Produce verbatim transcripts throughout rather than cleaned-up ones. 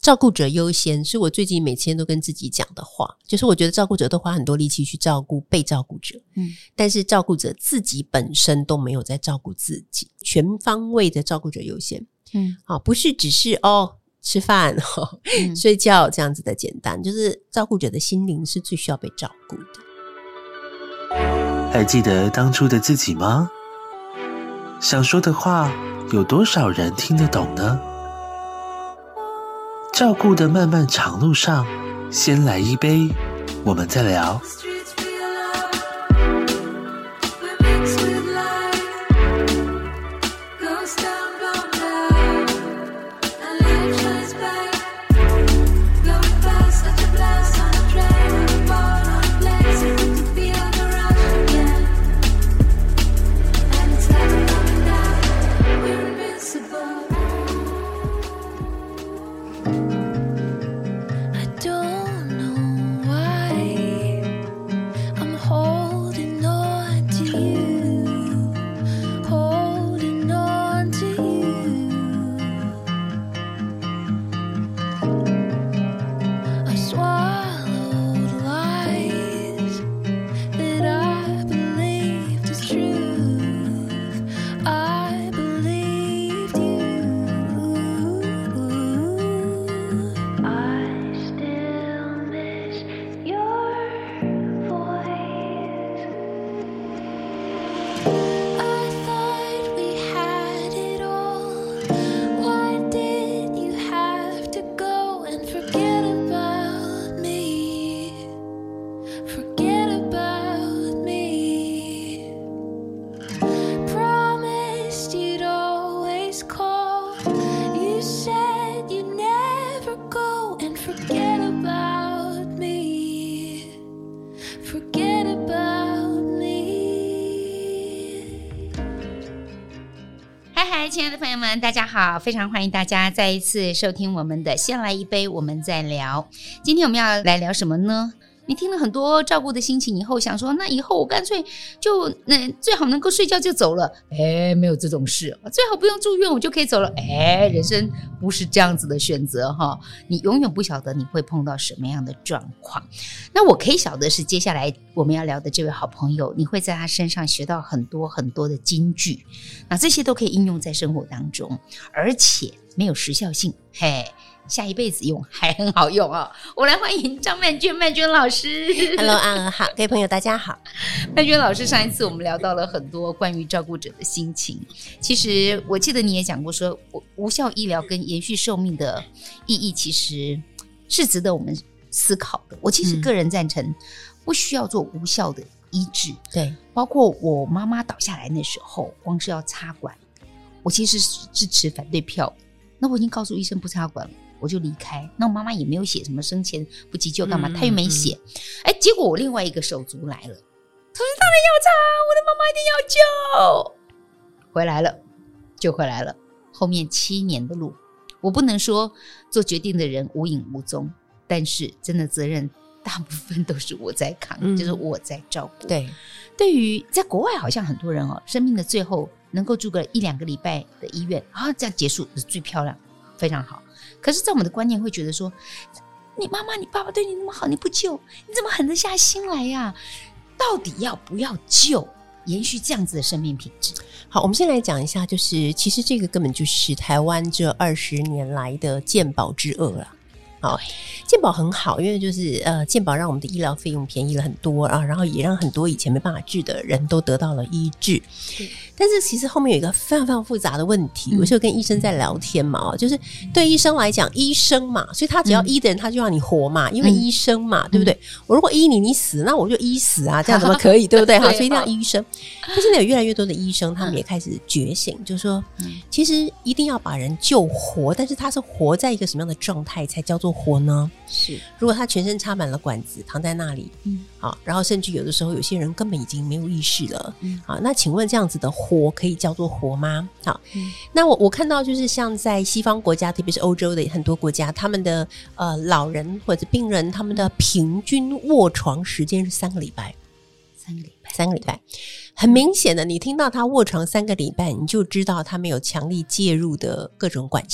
照顾者优先是我最近每天都跟自己讲的话，就是我觉得照顾者都花很多力气去照顾被照顾者，嗯，但是照顾者自己本身都没有在照顾自己，全方位的照顾者优先，嗯，好，不是只是哦吃饭、哦嗯、睡觉这样子的简单，就是照顾者的心灵是最需要被照顾的。 还记得当初的自己吗？想说的话有多少人听得懂呢？照顾的漫漫长路上，先来一杯，我们再聊。 亲爱的朋友们大家好，非常欢迎大家再一次收听我们的先来一杯我们再聊。今天我们要来聊什么呢？你听了很多照顾的心情以后想说，那以后我干脆就、呃、最好能够睡觉就走了。哎，没有这种事，最好不用住院我就可以走了。哎，人生不是这样子的选择哈，你永远不晓得你会碰到什么样的状况。那我可以晓得是接下来我们要聊的这位好朋友，你会在他身上学到很多很多的金句，那这些都可以应用在生活当中，而且没有时效性，嘿，下一辈子用还很好用哦。我来欢迎张曼娟，曼娟老师。 Hello， 安安好，各位朋友大家好。 曼娟老师，上一次我们聊到了很多关于照顾者的心情，其实我记得你也讲过说，无效医疗跟延续寿命的意义其实是值得我们思考的。我其实个人赞成不需要做无效的医治， 对， 包括我妈妈倒下来那时候，光是要插管，我其实是持反对票的。那我已经告诉医生不插管了，我就离开。那我妈妈也没有写什么生前不急救干嘛，嗯、她又没写。哎、嗯，结果我另外一个手足来了，他说当然要插，我的妈妈一定要救。回来了，就回来了。后面七年的路，我不能说做决定的人无影无踪，但是真的责任大部分都是我在扛，嗯、就是我在照顾。 对， 对于在国外好像很多人哦，生命的最后能够住个一两个礼拜的医院，啊，这样结束是最漂亮，非常好。可是在我们的观念会觉得说，你妈妈你爸爸对你那么好，你不救，你怎么狠得下心来呀？到底要不要救，延续这样子的生命品质？ 好，我们先来讲一下，就是其实这个根本就是台湾这二十年来的健保之恶啦。好，健保很好，因为就是呃，健保让我们的医疗费用便宜了很多啊，然后也让很多以前没办法治的人都得到了医治。但是其实后面有一个非常非常复杂的问题，我就跟医生在聊天嘛，就是对医生来讲，医生嘛，所以他只要医的人，他就让你活嘛，因为医生嘛，对不对？我如果医你，你死，那我就医死啊，这样怎么可以，对不对？好，所以一定要医生。但现在有越来越多的医生，他们也开始觉醒，就是说，其实一定要把人救活，但是他是活在一个什么样的状态才叫做活呢？ 是，如果他全身插满了管子，躺在那里，嗯，好，然后甚至有的时候有些人根本已经没有意识了，嗯，好，那请问这样子的活可以叫做活吗？好，嗯、那我我看到就是像在西方国家，特别是欧洲的很多国家，他们的呃老人或者病人，他们的平均卧床时间是三个礼拜， 三个礼拜， 三个礼拜。很明显的，你听到他卧床三个礼拜，你就知道他没有强力介入的各种管线。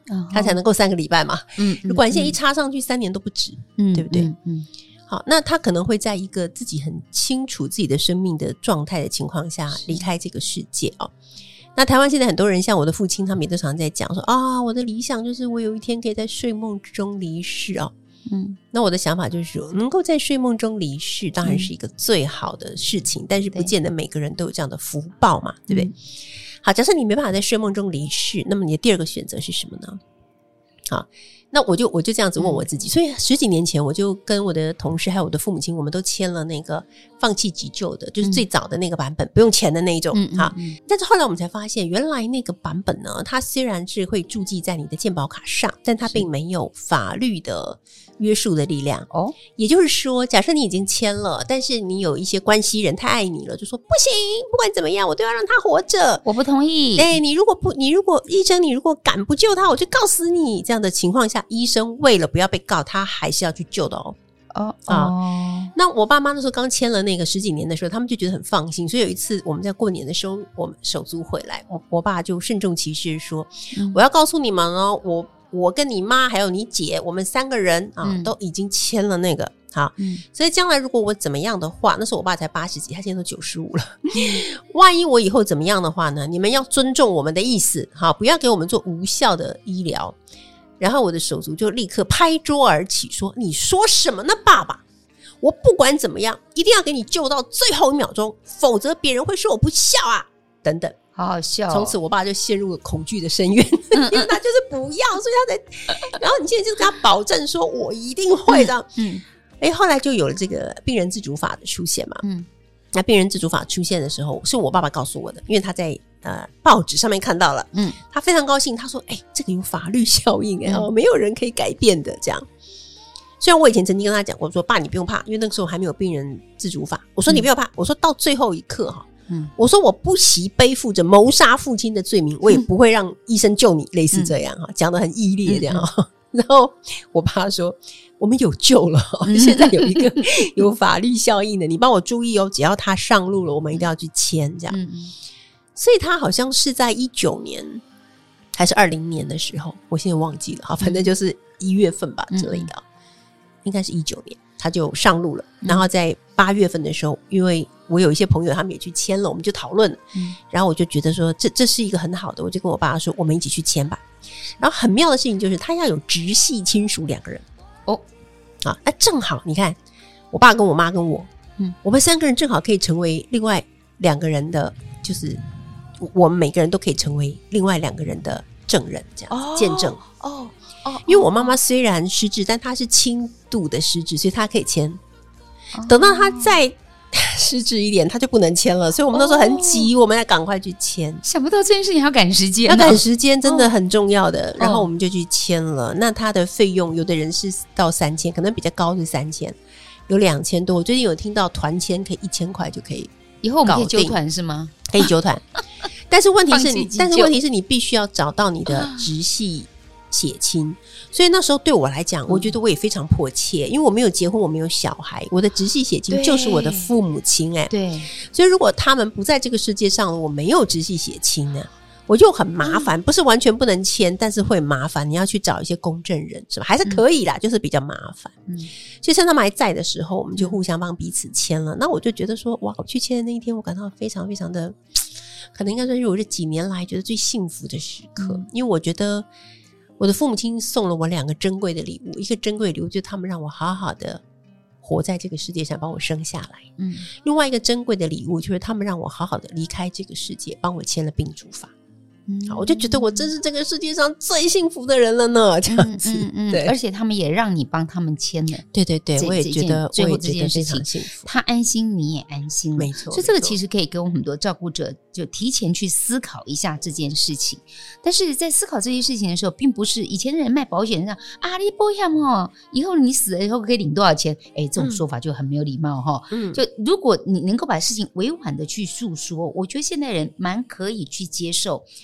嗯， 它才能够三个礼拜嘛。 嗯，嗯管线一插上去，三年都不止， 嗯， 对不对？ 嗯，嗯好，那他可能会在一个自己很清楚自己的生命的状态的情况下离开这个世界哦。那台湾现在很多人像我的父亲，他们也都常在讲说啊，我的理想就是我有一天可以在睡梦中离世哦。 嗯， 那我的想法就是说，能够在睡梦中离世当然是一个最好的事情，嗯、但是不见得每个人都有这样的福报嘛，对不对？嗯、好，假设你没办法在睡梦中离世，那么你的第二个选择是什么呢？好，那我就我就这样子问我自己，嗯、所以十几年前我就跟我的同事还有我的父母亲，我们都签了那个放弃急救的，就是最早的那个版本，嗯、不用钱的那一种。嗯、好，嗯嗯、但是后来我们才发现，原来那个版本呢，它虽然是会注记在你的健保卡上，但它并没有法律的约束的力量。哦，也就是说，假设你已经签了，但是你有一些关系人太爱你了，就说不行，不管怎么样，我都要让他活着， 我不同意。 对，你如果不，你如果医生，你如果敢不救他，我就告死你。这样的情况下，医生为了不要被告，他还是要去救的哦。哦啊，哦那我爸妈那时候刚签了那个十几年的时候，他们就觉得很放心，所以有一次我们在过年的时候，我们手足回来，我我爸就慎重其事说，嗯、我要告诉你们哦，我我跟你妈还有你姐，我们三个人啊、嗯、都已经签了那个。好，嗯、所以将来如果我怎么样的话，那时候我爸才八十几，他现在都九十五了。万一我以后怎么样的话呢？你们要尊重我们的意思，好，不要给我们做无效的医疗。然后我的手足就立刻拍桌而起说：“你说什么呢，爸爸？我不管怎么样，一定要给你救到最后一秒钟，否则别人会说我不孝啊！”等等， 好好笑、哦。 从此我爸就陷入了恐惧的深渊，因为他就是不要，所以他才。然后你现在就跟他保证说：“我一定会的。”嗯。哎，后来就有了这个病人自主法的出现嘛。嗯，那病人自主法出现的时候，是我爸爸告诉我的，因为他在呃报纸上面看到了。嗯，他非常高兴，他说：“哎，这个有法律效应哎、嗯哦，没有人可以改变的。”这样。虽然我以前曾经跟他讲过，说爸你不用怕，因为那个时候还没有病人自主法。我说你不用怕，嗯、我说到最后一刻哈，嗯，我说我不惜背负着谋杀父亲的罪名，我也不会让医生救你，嗯、类似这样哈，讲得很毅烈这样。嗯嗯然后我爸说我们有救了，现在有一个有法律效应的，你帮我注意哦，只要他上路了，我们一定要去签这样。嗯、所以他好像是在一九年还是二零年的时候，我现在忘记了，好，反正就是一月份吧之类的，嗯、应该是一九年他就上路了。然后在八月份的时候，因为我有一些朋友他们也去签了，我们就讨论了，嗯、然后我就觉得说这这是一个很好的，我就跟我爸说我们一起去签吧。然后很妙的事情就是他要有直系亲属两个人哦，啊，那正好你看我爸跟我妈跟我，嗯，我们三个人正好可以成为另外两个人的，就是我们每个人都可以成为另外两个人的证人，这样子、哦、见证哦哦，因为我妈妈虽然失智，但她是轻度的失智，所以她可以签。哦、等到她再失智一点，他就不能签了，所以我们那时候很急，哦、我们要赶快去签。 想不到这件事情还要赶时间， 要赶时间真的很重要的。哦、然后我们就去签了，哦、那他的费用，有的人是到三千，可能比较高是三千，有两千多。我最近有听到团签可以一千块就可以， 以后我们可以揪团是吗？ 可以揪团，但是问题是你，但是问题是你必须要找到你的直系血亲。所以那时候对我来讲，我觉得我也非常迫切，因为我没有结婚，我没有小孩，我的直系血亲就是我的父母亲哎， 对， 所以如果他们不在这个世界上，我没有直系血亲呢，我就很麻烦，不是完全不能签，但是会麻烦，你要去找一些公证人，是吧？还是可以啦，嗯、就是比较麻烦。嗯，所以趁他们还在的时候，我们就互相帮彼此签了。那我就觉得说，哇，我去签的那一天，我感到非常非常的，可能应该说是我这几年来觉得最幸福的时刻，嗯、因为我觉得。我的父母亲送了我两个珍贵的礼物，一个珍贵的礼物就是他们让我好好的活在这个世界上，把我生下来。嗯，另外一个珍贵的礼物就是他们让我好好的离开这个世界，帮我签了病主法。嗯，我就觉得我真是这个世界上最幸福的人了呢，这样子。嗯嗯， 对，而且他们也让你帮他们签了。 对对对，我也觉得， 最后这件事情， 幸福， 他安心，你也安心， 没错。 所以这个其实可以给我们很多照顾者就提前去思考一下这件事情。但是在思考这件事情的时候，并不是以前的人卖保险上啊，你保险哦，以后你死了以后可以领多少钱？哎，这种说法就很没有礼貌哈。嗯，就如果你能够把事情委婉的去诉说，我觉得现代人蛮可以去接受。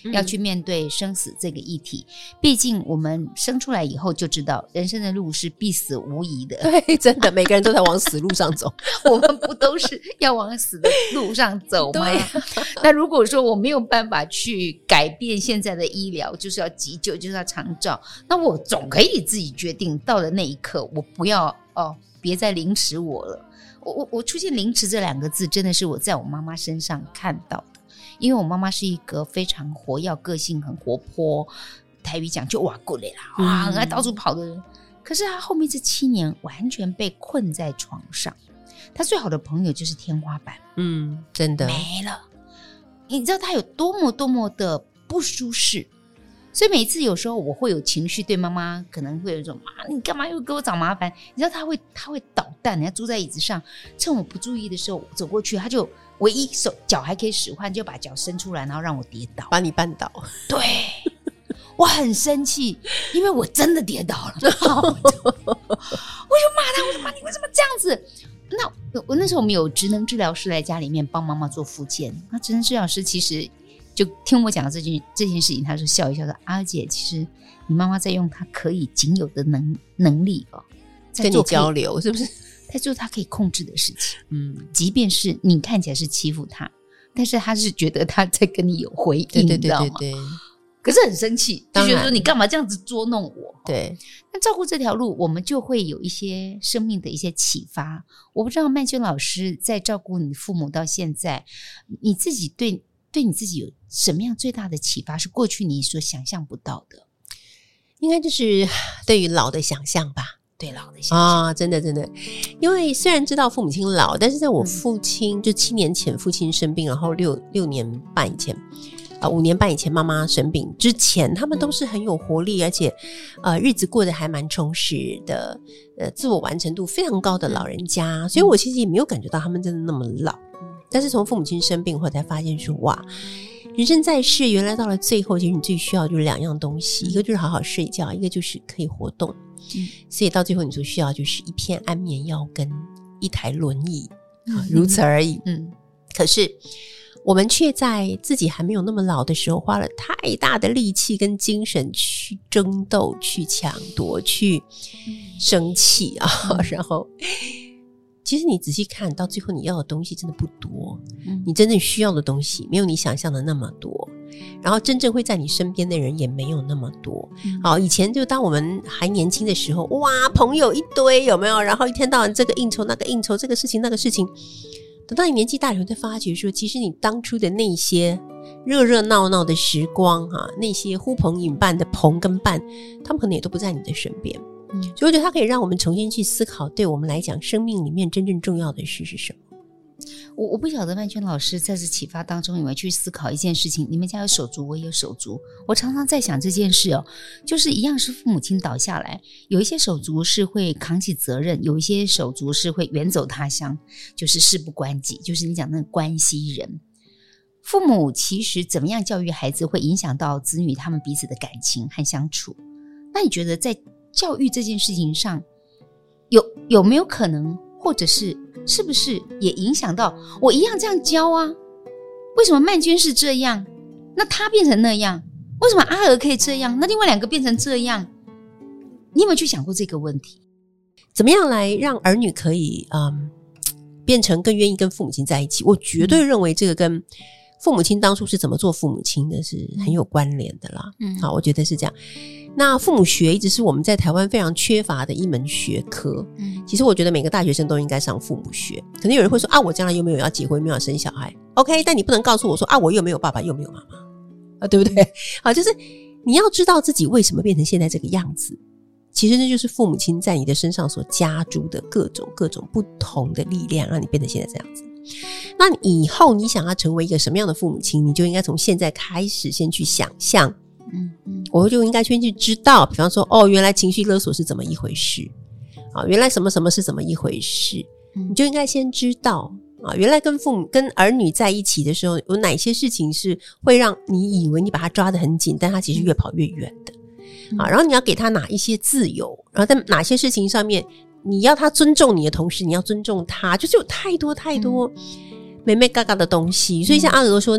要去面对生死这个议题。毕竟我们生出来以后就知道，人生的路是必死无疑的。 对，真的，每个人都在往死路上走。 我们不都是要往死的路上走吗？那如果说我没有办法去改变现在的医疗，就是要急救，就是要长照，那我总可以自己决定，到了那一刻，我不要哦，别再凌迟我了。我我我出现凌迟这两个字，真的是我在我妈妈身上看到的。因为我妈妈是一个非常活跃、个性很活泼，台语讲就哇过来啦，哇很爱到处跑的人。可是她后面这七年完全被困在床上，她最好的朋友就是天花板， 嗯，真的没了。你知道她有多么多么的不舒适，所以每次有时候我会有情绪，对妈妈可能会有一种妈，你干嘛又给我找麻烦？你知道她会她会捣蛋，人家坐在椅子上，趁我不注意的时候走过去，她就唯一手脚还可以使唤，就把脚伸出来，然后让我跌倒， 把你绊倒。 对，我很生气，因为我真的跌倒了。我就骂他，我说妈，你为什么这样子？那我那时候我们有职能治疗师来家里面帮妈妈做复健，那职能治疗师其实就听我讲这件这件事情，他就笑一笑说：“阿姐，其实你妈妈在用她可以仅有的能能力哦， 跟你交流，是不是？ 在做她可以控制的事情。 嗯， 即便是你看起来是欺负她，但是她是觉得她在跟你有回应， 对对对你知道吗？ 对对。 可是很生气，就觉得说你干嘛这样子捉弄我？ 对。 那照顾这条路，我们就会有一些生命的一些启发。我不知道曼娟老师在照顾你父母到现在，你自己对对你自己有什么样最大的启发，是过去你所想象不到的？ 应该就是对于老的想象吧。 对老的想象啊，真的真的，因为虽然知道父母亲老，但是在我父亲、嗯、就七年前父亲生病，然后六六年半以前啊、呃、五年半以前妈妈生病之前，他们都是很有活力，而且呃日子过得还蛮充实的，呃自我完成度非常高的老人家，所以我其实也没有感觉到他们真的那么老。但是从父母亲生病后才发现说，哇，人生在世，原来到了最后，其实你最需要就是两样东西，一个就是好好睡觉，一个就是可以活动。嗯、所以到最后你所需要就是一片安眠药跟一台轮椅、嗯啊、如此而已。嗯，可是我们却在自己还没有那么老的时候花了太大的力气跟精神去争斗，去抢夺，去生气啊、嗯、然后其实你仔细看到最后你要的东西真的不多、嗯、你真正需要的东西没有你想象的那么多，然后真正会在你身边的人也没有那么多、嗯、好，以前就当我们还年轻的时候，哇，朋友一堆，有没有？然后一天到晚这个应酬那个应酬，这个事情那个事情，等到你年纪大了，你会发觉说，其实你当初的那些热热闹闹的时光、啊、那些呼朋引伴的朋跟伴，他们可能也都不在你的身边。嗯，所以我觉得它可以让我们重新去思考，对我们来讲生命里面真正重要的事是什么。 我我不晓得曼娟老师在这启发当中有没有去思考一件事情，你们家有手足，我也有手足，我常常在想这件事哦，就是一样是父母亲倒下来，有一些手足是会扛起责任，有一些手足是会远走他乡，就是事不关己，就是你讲那个关系人。父母其实怎么样教育孩子会影响到子女他们彼此的感情和相处，那你觉得在教育这件事情上有有没有可能，或者是是不是也影响到我一样这样教啊？为什么曼娟是这样，那她变成那样？为什么阿娥可以这样，那另外两个变成这样？你有没有去想过这个问题？ 怎么样来让儿女可以嗯变成更愿意跟父母亲在一起？我绝对认为这个跟父母亲当初是怎么做父母亲的是很有关联的啦。嗯，好，我觉得是这样。那父母学一直是我们在台湾非常缺乏的一门学科。嗯，其实我觉得每个大学生都应该上父母学。可能有人会说啊，我将来又没有要结婚，没有要生小孩 OK， 但你不能告诉我说啊，我又没有爸爸又没有妈妈啊，对不对？好，就是你要知道自己为什么变成现在这个样子，其实这就是父母亲在你的身上所加诸的各种各种不同的力量，让你变成现在这样子。那以后你想要成为一个什么样的父母亲，你就应该从现在开始先去想象。嗯嗯，我就应该先去知道，比方说哦，原来情绪勒索是怎么一回事啊，原来什么什么是怎么一回事，你就应该先知道啊，原来跟父母跟儿女在一起的时候，有哪些事情是会让你以为你把他抓得很紧，但他其实越跑越远的啊，然后你要给他哪一些自由，然后在哪些事情上面你要他尊重你的同时，你要尊重他，就是有太多太多美美嘎嘎的东西。所以像阿娥说，你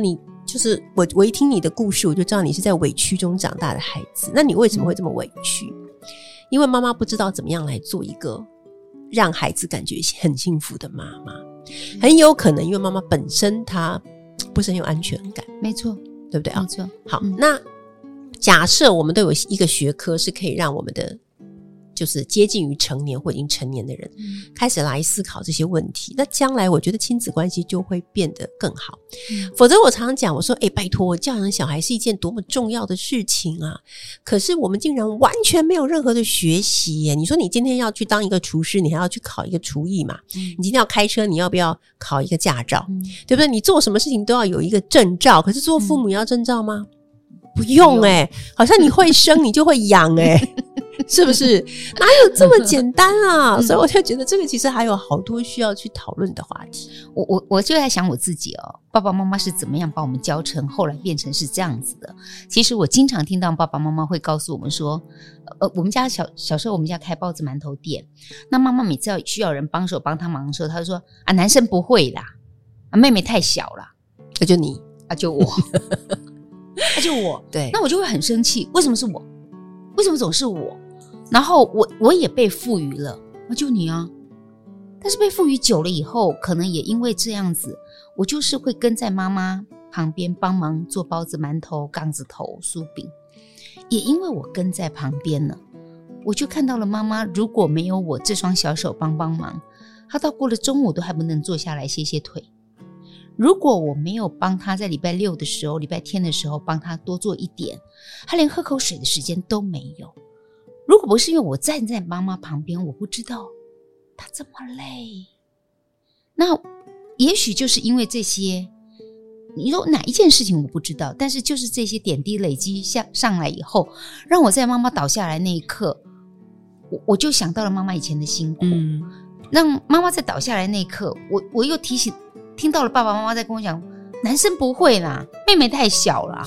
就是我我一听你的故事，我就知道你是在委屈中长大的孩子。那你为什么会这么委屈？因为妈妈不知道怎么样来做一个让孩子感觉很幸福的妈妈，很有可能因为妈妈本身她不是很有安全感， 没错， 对不对啊？ 没错。 好， 嗯、 那假设我们都有一个学科是可以让我们的就是接近于成年或已经成年的人、嗯、开始来思考这些问题，那将来我觉得亲子关系就会变得更好、嗯、否则我常常讲我说诶拜托，教养小孩是一件多么重要的事情啊，可是我们竟然完全没有任何的学习耶。你说你今天要去当一个厨师，你还要去考一个厨艺嘛、嗯、你今天要开车，你要不要考一个驾照、嗯、对不对？你做什么事情都要有一个证照，可是做父母要证照吗？嗯、不用耶、欸、好像你会生你就会养耶、欸是不是？哪有这么简单啊、嗯、所以我就觉得这个其实还有好多需要去讨论的话题。 我我我就在想我自己哦，爸爸妈妈是怎么样把我们教成后来变成是这样子的。其实我经常听到爸爸妈妈会告诉我们说，呃，我们家小小时候我们家开包子馒头店，那妈妈每次要需要人帮手帮他忙的时候，他就说啊，男生不会啦，啊，妹妹太小啦， 那就你啊，就我啊，就我， 对， 那我就会很生气，为什么是我？为什么总是我？然后我我也被赋予了，啊，就你啊。但是被赋予久了以后，可能也因为这样子，我就是会跟在妈妈旁边帮忙做包子、馒头、杠子头、酥饼。也因为我跟在旁边了，我就看到了妈妈如果没有我这双小手帮帮忙，她到过了中午都还不能坐下来歇歇腿。如果我没有帮她在礼拜六的时候、礼拜天的时候帮她多做一点，她连喝口水的时间都没有。如果不是因为我站在妈妈旁边，我不知道她这么累。那也许就是因为这些，你说哪一件事情我不知道，但是就是这些点滴累积下上来以后，让我在妈妈倒下来那一刻，我我就想到了妈妈以前的辛苦。嗯，让妈妈在倒下来那一刻，我我又提醒听到了爸爸妈妈在跟我讲，男生不会啦，妹妹太小啦。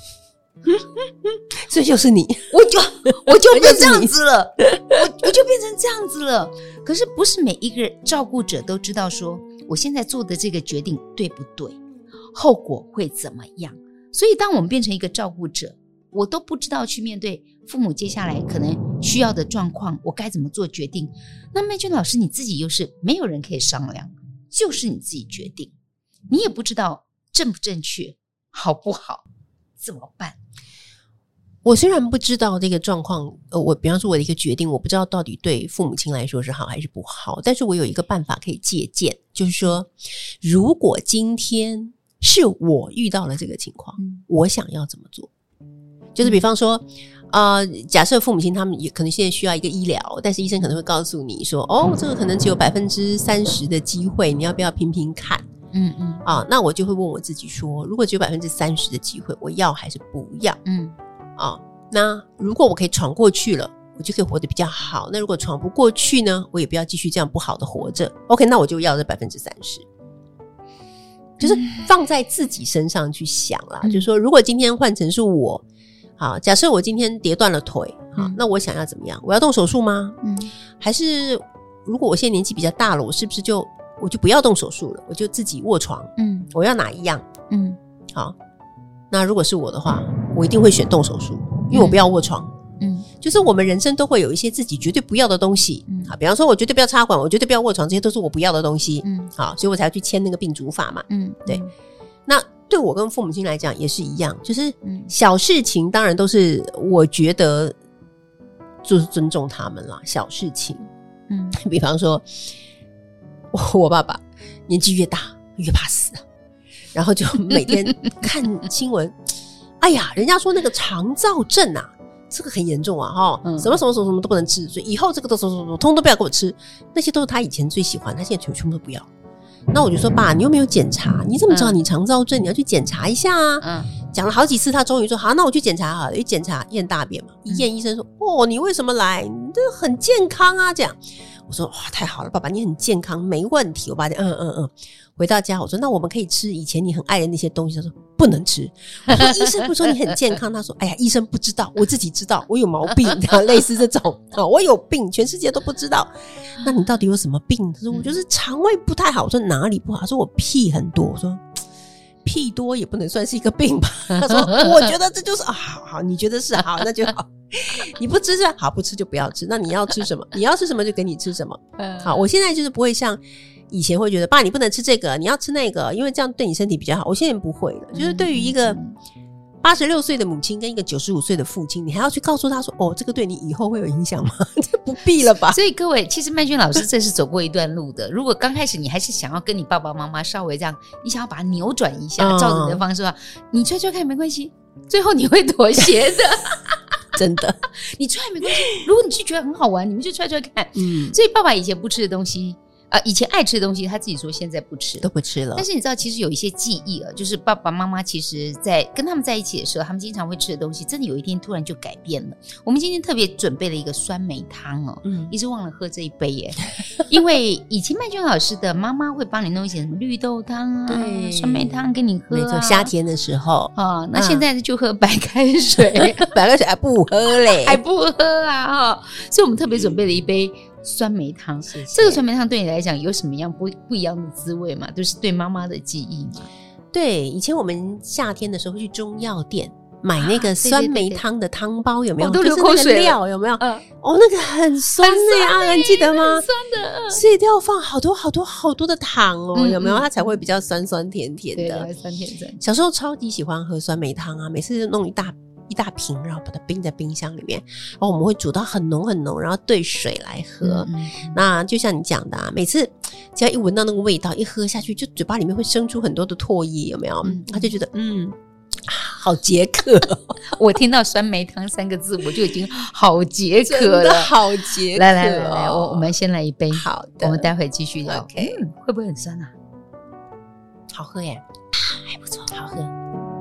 所以就是你， 我就我就变这样子了，我我就变成这样子了。可是不是每一个照顾者都知道说，我现在做的这个决定对不对，后果会怎么样。所以当我们变成一个照顾者，我都不知道去面对父母接下来可能需要的状况，我该怎么做决定。那美娟老师你自己又是没有人可以商量，就是你自己决定，你也不知道正不正确，好不好，怎么办？ 我虽然不知道这个状况，呃，我比方说我的一个决定，我不知道到底对父母亲来说是好还是不好，但是我有一个办法可以借鉴，就是说，如果今天是我遇到了这个情况，嗯、我想要怎么做？就是比方说，呃，假设父母亲他们也可能现在需要一个医疗，但是医生可能会告诉你说，哦，这个可能只有百分之三十的机会，你要不要拼拼看？嗯嗯，啊，那我就会问我自己说，如果只有百分之三十的机会，我要还是不要？嗯。啊，那如果我可以闯过去了，我就可以活得比较好。那如果闯不过去呢，我也不要继续这样不好的活着。OK， 那我就要这百分之三十，就是放在自己身上去想啦。嗯、就是说，如果今天换成是我，好，假设我今天跌断了腿，好，嗯、那我想要怎么样？我要动手术吗？嗯，还是如果我现在年纪比较大了，我是不是就我就不要动手术了？我就自己卧床？嗯，我要哪一样？嗯，好。那如果是我的话，我一定会选动手术，因为我不要卧床。嗯，就是我们人生都会有一些自己绝对不要的东西。嗯，好，比方说我绝对不要插管，我绝对不要卧床，这些都是我不要的东西。嗯，好，所以我才要去签那个病主法嘛。嗯，对。那对我跟父母亲来讲也是一样，就是小事情当然都是我觉得就是尊重他们啦，小事情。嗯，比方说我爸爸年纪越大越怕死，然后就每天看新闻，哎呀，人家说那个肠燥症啊，这个很严重啊，哈、嗯，什么什么什么什么都不能吃，所以以后这个都什么什么通通都不要给我吃。那些都是他以前最喜欢，他现在全全部都不要。那我就说，爸，你又没有检查，你怎么知道你肠燥症？嗯、你要去检查一下啊。嗯，讲了好几次，他终于说好，那我去检查好了。一检查验大便嘛，一验医生说，哦，你为什么来？你这很健康啊，这样。我说哇，太好了，爸爸，你很健康，没问题。我爸就嗯嗯嗯。回到家，我说那我们可以吃以前你很爱的那些东西。他说不能吃。我说医生不说你很健康，他说哎呀，医生不知道，我自己知道，我有毛病，类似这种啊，我有病，全世界都不知道。那你到底有什么病？他说我就是肠胃不太好。我说哪里不好？他说我屁很多。我说屁多也不能算是一个病吧？他说我觉得这就是啊，好好，你觉得是好，那就好。你不吃是好，不吃就不要吃。那你要吃什么？你要吃什么就给你吃什么。好，我现在就是不会像以前会觉得爸你不能吃这个，你要吃那个，因为这样对你身体比较好。我现在不会了，就是对于一个八十六岁的母亲跟一个九十五岁的父亲，你还要去告诉他说哦，这个对你以后会有影响吗？这不必了吧。 所以各位，其实曼君老师这是走过一段路的。如果刚开始你还是想要跟你爸爸妈妈稍微这样，你想要把它扭转一下，照着你的方式的话，你踹踹看没关系，最后你会妥协的。 真的， 你踹没关系，如果你是觉得很好玩，你们就踹踹看。嗯，所以爸爸以前不吃的东西。呃，以前爱吃的东西，他自己说现在不吃， 都不吃了。 但是你知道，其实有一些记忆啊，就是爸爸妈妈其实在跟他们在一起的时候，他们经常会吃的东西，真的有一天突然就改变了。我们今天特别准备了一个酸梅汤哦，嗯，一直忘了喝这一杯耶，因为以前曼君老师的妈妈会帮你弄一些什么绿豆汤啊、对酸梅汤给你喝、啊， 没错，夏天的时候啊、哦，那现在就喝白开水， 白开水还不喝嘞， 还不喝啊哈、哦，所以我们特别准备了一杯。酸梅汤，谢谢。这个酸梅汤对你来讲有什么样不不一样的滋味吗？都是对妈妈的记忆吗？ 对，以前我们夏天的时候会去中药店买那个酸梅汤的汤包，有没有？ 我、啊、都流口水了， 料有没有？ 嗯、 哦，那个很酸的呀、欸，你记得吗？ 很酸的，嗯、 所以都要放好多好多好多的糖哦，嗯、有没有？它才会比较酸酸甜甜的， 对，酸甜酸。 小时候超级喜欢喝酸梅汤啊，每次弄一大。一大瓶，然后把它冰在冰箱里面，然后我们会煮到很浓很浓，然后兑水来喝。嗯嗯，那就像你讲的啊，每次只要一闻到那个味道，一喝下去，就嘴巴里面会生出很多的唾液，有没有？嗯，他就觉得嗯，啊、好解渴。 我听到酸梅汤三个字，我就已经好解渴了， 真的好解渴、哦。 来来来来，我我们先来一杯， 好的， 我们待会继续聊。 OK，、 嗯、会不会很酸啊？ 好喝耶，啊，还不错，好喝。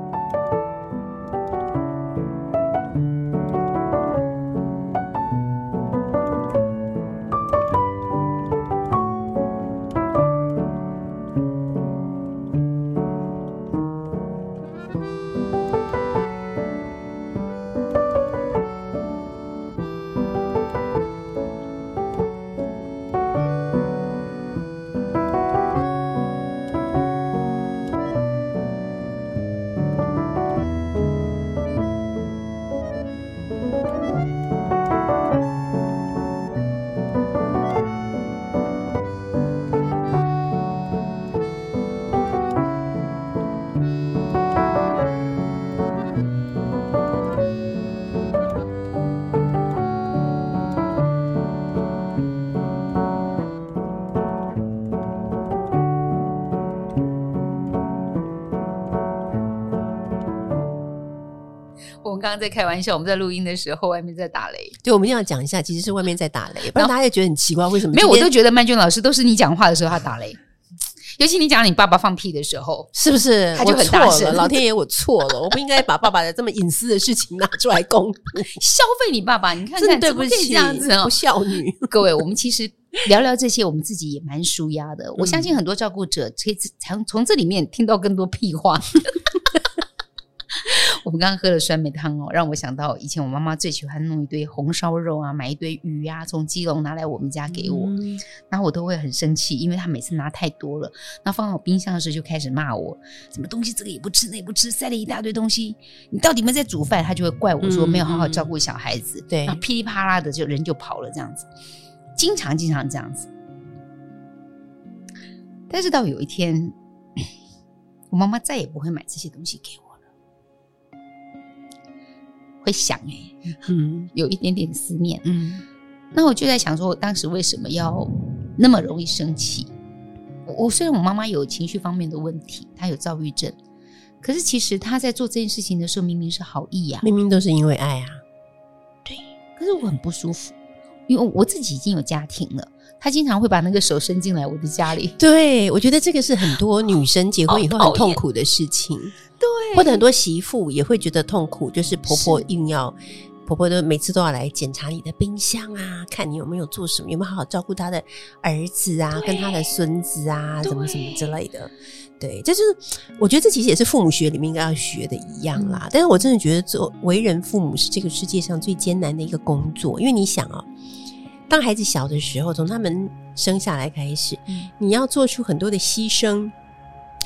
我们刚刚在开玩笑，我们在录音的时候外面在打雷。 对，我们一定要讲一下，其实是外面在打雷，不然大家也觉得很奇怪，为什么？ 没有，我都觉得曼君老师都是你讲话的时候他打雷，尤其你讲你爸爸放屁的时候， 是不是？ 他就很大声。 老天爷，我错了，我不应该把爸爸的这么隐私的事情拿出来公布， 消费你爸爸。你看看， 对不起， 怎么可以这样子哦， 不孝女。 各位，我们其实聊聊这些，我们自己也蛮抒压的。我相信很多照顾者可以从从这里面听到更多屁话。我们刚刚喝了酸梅汤哦，让我想到以前我妈妈最喜欢弄一堆红烧肉啊，买一堆鱼啊，从基隆拿来我们家给我，嗯、然后我都会很生气，因为她每次拿太多了，那放到我冰箱的时候就开始骂我，什么东西这个也不吃那也不吃，塞了一大堆东西，你到底有没有在煮饭？她就会怪我说没有好好照顾小孩子，嗯、对，然后噼里啪啦的就人就跑了这样子，经常经常这样子。但是到有一天，我妈妈再也不会买这些东西给我。会想哎、欸，嗯，有一点点思念，嗯，那我就在想说，我当时为什么要那么容易生气？我, 我虽然我妈妈有情绪方面的问题，她有躁郁症，可是其实她在做这件事情的时候，明明是好意啊， 明明都是因为爱啊， 对，可是我很不舒服，因为我自己已经有家庭了。她经常会把那个手伸进来我的家里， 对，我觉得这个是很多女生结婚以后很痛苦的事情。 对， 或者很多媳妇也会觉得痛苦，就是婆婆硬要，婆婆都每次都要来检查你的冰箱啊，看你有没有做什么，有没有好好照顾她的儿子啊，跟她的孙子啊，什么什么之类的。对，这就是我觉得这其实也是父母学里面应该要学的一样啦。嗯、但是我真的觉得做为人父母是这个世界上最艰难的一个工作，因为你想啊、哦，当孩子小的时候，从他们生下来开始，嗯、你要做出很多的牺牲。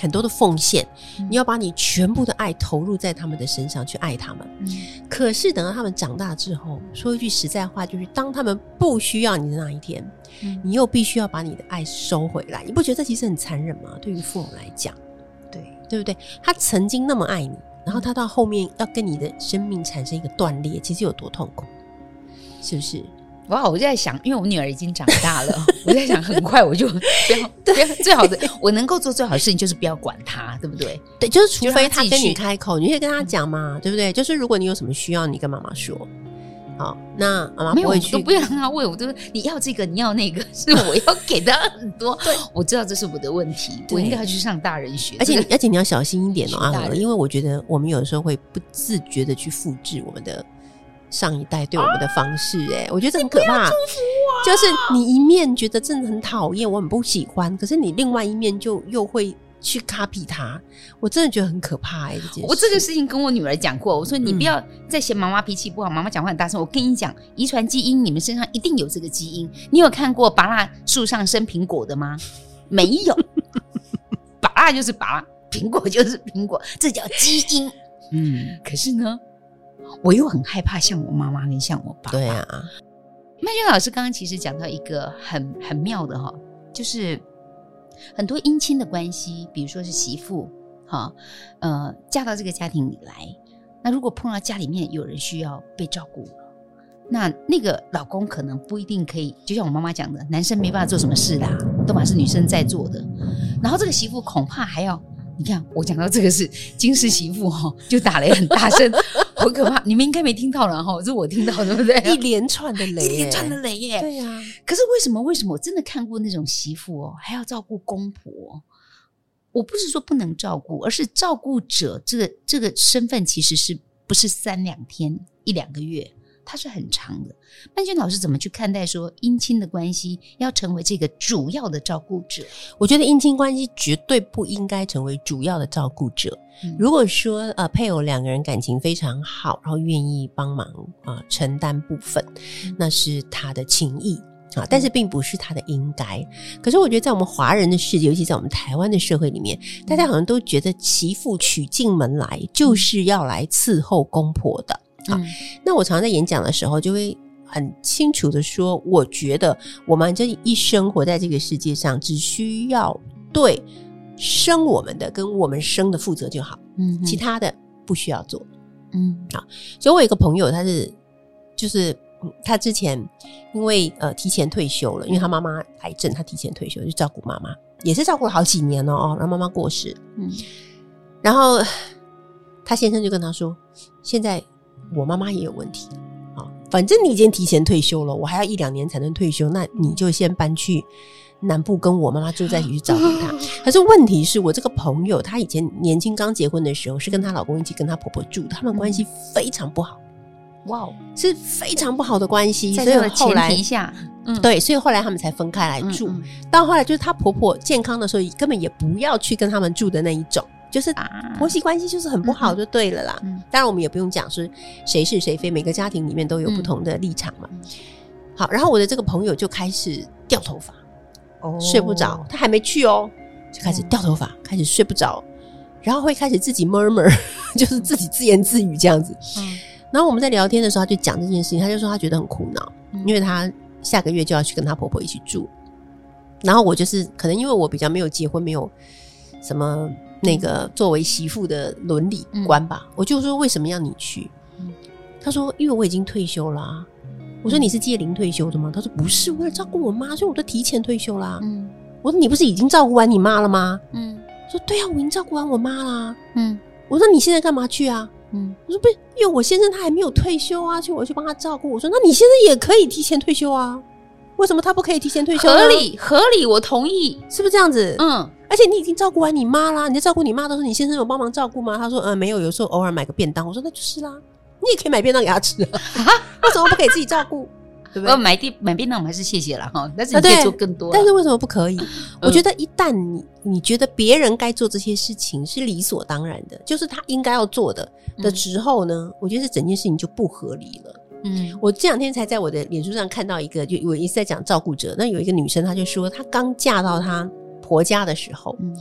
很多的奉献， 嗯你要把你全部的爱投入在他们的身上去爱他们。 嗯可是等到他们长大之后，说一句实在话，就是当他们不需要你的那一天， 嗯你又必须要把你的爱收回来。你不觉得这其实很残忍吗？对于父母来讲， 对， 对不对？他曾经那么爱你，然后他到后面要跟你的生命产生一个断裂，其实有多痛苦，是不是？ 哇！我就在想，因为我女儿已经长大了，我在想，很快我就不要不要最好的，我能够做最好的事情就是不要管她，对不对？ 对，就是除非他跟就让他自己去你开口，你可以跟他讲嘛，对不对？就是如果你有什么需要，你跟妈妈说。好，那妈妈没有，我不会去都不要让她问，我都说你要这个，你要那个，是我要给她很多。对，我知道这是我的问题，我应该要去上大人学。 而且这个而且你要小心一点哦，阿和， 学大人因为我觉得我们有的时候会不自觉的去复制我们的上一代对我们的方式、欸，哎、我觉得这很可怕。就是你一面觉得真的很讨厌，我很不喜欢，可是你另外一面就又会去 copy 它，我真的觉得很可怕哎、欸。这件事我这个事情跟我女儿讲过，我说你不要再嫌妈妈脾气不好，妈妈讲话很大声。我跟你讲，遗传基因，你们身上一定有这个基因。你有看过芭乐树上生苹果的吗？没有，芭乐就是芭乐，苹果就是苹果，这叫基因。 嗯， 可是呢，我又很害怕像我妈妈跟像我爸爸。 对啊， 曼娟老师刚刚其实讲到一个很很妙的哈，就是很多姻亲的关系，比如说是媳妇哈，呃，嫁到这个家庭里来，那如果碰到家里面有人需要被照顾了，那那个老公可能不一定可以，就像我妈妈讲的，男生没办法做什么事啦，都嘛是女生在做的，然后这个媳妇恐怕还要。你看，我讲到这个是金氏媳妇哈，就打雷很大声，好可怕！你们应该没听到了哈，是我听到，对不对？ 一连串的雷、欸， 一连串的雷耶。 对啊， 可是为什么？为什么我真的看过那种媳妇哦，还要照顾公婆？我不是说不能照顾，而是照顾者这个这个身份其实是不是三两天、一两个月？它是很长的。曼娟老师怎么去看待说姻亲的关系要成为这个主要的照顾者？ 我觉得姻亲关系绝对不应该成为主要的照顾者。嗯、如果说呃配偶两个人感情非常好，然后愿意帮忙啊、呃、承担部分，嗯、那是他的情谊啊，但是并不是他的应该。可是我觉得在我们华人的世界，尤其在我们台湾的社会里面，大家好像都觉得媳妇娶进门来就是要来伺候公婆的。好，嗯、那我常常在演讲的时候就会很清楚的说，我觉得我们这一生活在这个世界上，只需要对生我们的跟我们生的负责就好，嗯，其他的不需要做。嗯，好，所以我有一个朋友，他是就是他之前因为呃提前退休了，因为他妈妈癌症，他提前退休就照顾妈妈，也是照顾了好几年哦，让妈妈过世。嗯，然后他先生就跟他说，现在我妈妈也有问题，反正你已经提前退休了，我还要一两年才能退休，那你就先搬去南部跟我妈妈住在一起去照顾她。可是问题是我这个朋友，她以前年轻刚结婚的时候是跟她老公一起跟她婆婆住，他们关系非常不好。哇，是非常不好的关系， 在这个前提下， 嗯，对，所以后来他们才分开来住。嗯嗯、到后来就是她婆婆健康的时候，根本也不要去跟他们住的那一种。就是婆媳关系就是很不好就对了啦，嗯嗯、当然我们也不用讲是谁是谁非，每个家庭里面都有不同的立场嘛。嗯、好，然后我的这个朋友就开始掉头发，哦、睡不着，他还没去哦，就开始掉头发，嗯、开始睡不着，然后会开始自己 murmur， 就是自己自言自语这样子。嗯、然后我们在聊天的时候，他就讲这件事情，他就说他觉得很苦恼，嗯、因为他下个月就要去跟他婆婆一起住，然后我就是可能因为我比较没有结婚，没有什么那个作为媳妇的伦理观吧，嗯、我就说为什么要你去？嗯、他说因为我已经退休啦，啊。我说你是届龄退休的吗？他说不是，为了照顾我妈，所以我都提前退休啦。嗯、我说你不是已经照顾完你妈了吗？嗯，说对啊，我已经照顾完我妈啦。嗯，我说你现在干嘛去啊？嗯，我说不是，因为我先生他还没有退休啊，所以我去帮他照顾。我说那你先生也可以提前退休啊，为什么他不可以提前退休呢？ 合理合理，我同意， 是不是这样子？嗯，而且你已经照顾完你妈啦，你在照顾你妈的时候，你先生有帮忙照顾吗？他说嗯没有，有时候偶尔买个便当。我说那就是啦，你也可以买便当给他吃啊，为什么不可以自己照顾？对不对？ 买便买便当我们还是谢谢啦哈，但是你可以做更多，啊。 但是为什么不可以？嗯、我觉得一旦你你觉得别人该做这些事情是理所当然的，就是他应该要做的的时候呢，嗯、我觉得这整件事情就不合理了。嗯，我这两天才在我的脸书上看到一个，就我一直在讲照顾者，那有一个女生，她就说她刚嫁到她婆家的时候，嗯、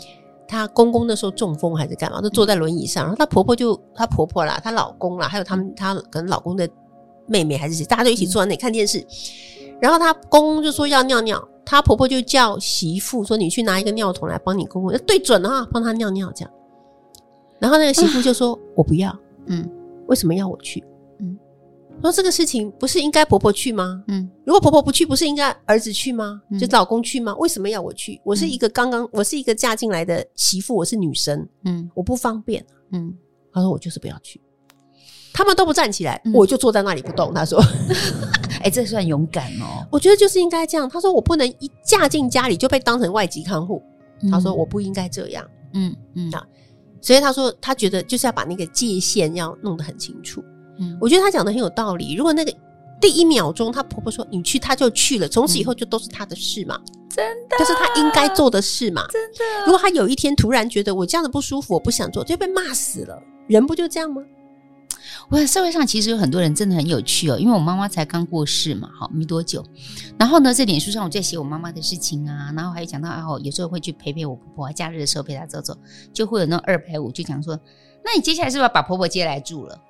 她公公那时候中风还是干嘛，都坐在轮椅上，然后她婆婆就她婆婆啦，她老公啦，还有他们她可能老公的妹妹还是谁，大家就一起坐在那里看电视。然后她公公就说要尿尿，她婆婆就叫媳妇说你去拿一个尿桶来帮你公公，对准了啊，帮他尿尿这样。然后那个媳妇就说、嗯、我不要，嗯，为什么要我去？嗯，说这个事情不是应该婆婆去吗？嗯，如果婆婆不去，不是应该儿子去吗？嗯、就是老公去吗？为什么要我去？我是一个刚刚、嗯、我是一个嫁进来的媳妇，我是女生，嗯，我不方便，嗯，他说我就是不要去。他们都不站起来、嗯、我就坐在那里不动。他说哎、欸，这算勇敢哦。 我觉得就是应该这样。他说我不能一嫁进家里就被当成外籍看护、嗯、他说我不应该这样。嗯嗯啊，所以他说他觉得就是要把那个界限要弄得很清楚。嗯，我觉得他讲的很有道理。如果那个第一秒钟他婆婆说你去，他就去了，从此以后就都是他的事嘛。 真的， 就是他应该做的事嘛。 真的， 如果他有一天突然觉得我这样的不舒服，我不想做，就被骂死了。人不就这样吗？ 我在社会上其实有很多人真的很有趣哦，因为我妈妈才刚过世嘛，好没多久。然后呢，在脸书上我在写我妈妈的事情啊，然后还有讲到啊，有时候会去陪陪我婆婆，假日的时候陪她走走，就会有那种二百五就讲说，那你接下来是不是要把婆婆接来住了？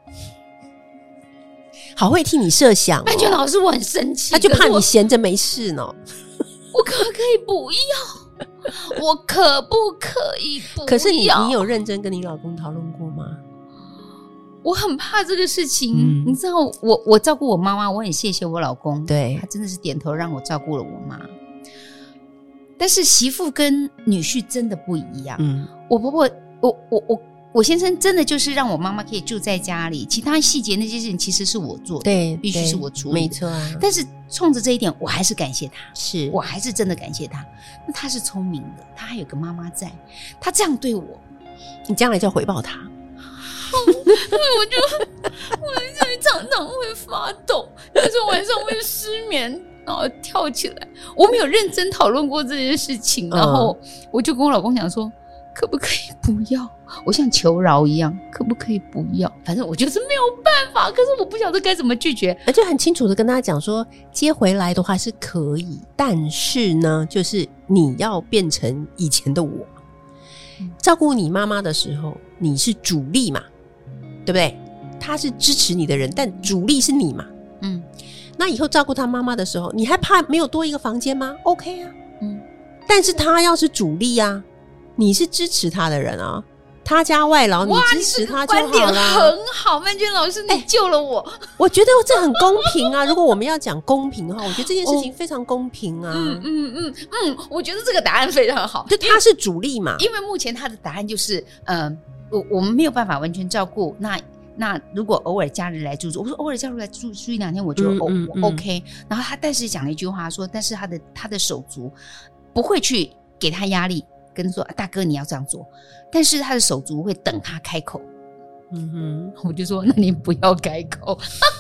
好会替你设想、哦。 曼娟老师，我很生气， 他就怕你闲着没事呢。 我可不可以不要？我可不可以不要？ 可是你你有认真跟你老公讨论过吗？ 我很怕这个事情、嗯、你知道我我照顾我妈妈，我很谢谢我老公， 对， 他真的是点头让我照顾了我妈。但是媳妇跟女婿真的不一样。嗯，我婆婆我我我我先生真的就是让我妈妈可以住在家里，其他细节那些事情其实是我做的， 对， 必须是我处理的， 没错啊。 但是冲着这一点我还是感谢他， 是我还是真的感谢他。那他是聪明的，他还有个妈妈在，他这样对我， 你将来就要回报他。 我就我这里常常会发抖，但是晚上会失眠，然后跳起来。我没有认真讨论过这件事情，然后我就跟我老公讲说，可不可以不要？我像求饶一样，可不可以不要？反正我就是没有办法，可是我不晓得该怎么拒绝， 而且很清楚的跟他讲说，接回来的话是可以，但是呢，就是你要变成以前的我。照顾你妈妈的时候，你是主力嘛，对不对？他是支持你的人，但主力是你嘛。嗯，那以后照顾他妈妈的时候，你还怕没有多一个房间吗 ？OK 啊，嗯。但是他要是主力啊，你是支持他的人啊，他家外劳你支持他就好了。 观点很好，曼娟老师，你救了我。欸、 我觉得这很公平啊。如果我们要讲公平的话，我觉得这件事情非常公平啊。 嗯嗯嗯嗯，我觉得这个答案非常好。 就他是主力嘛， 因为目前他的答案就是，呃，我我们没有办法完全照顾。那那如果偶尔假日来住住，我说偶尔假日来住住一两天，我觉得、嗯嗯嗯、OK。然后他但是讲了一句话说，但是他的他的手足不会去给他压力。跟说大哥你要这样做，但是他的手足会等他开口。嗯哼，我就说那你不要开口。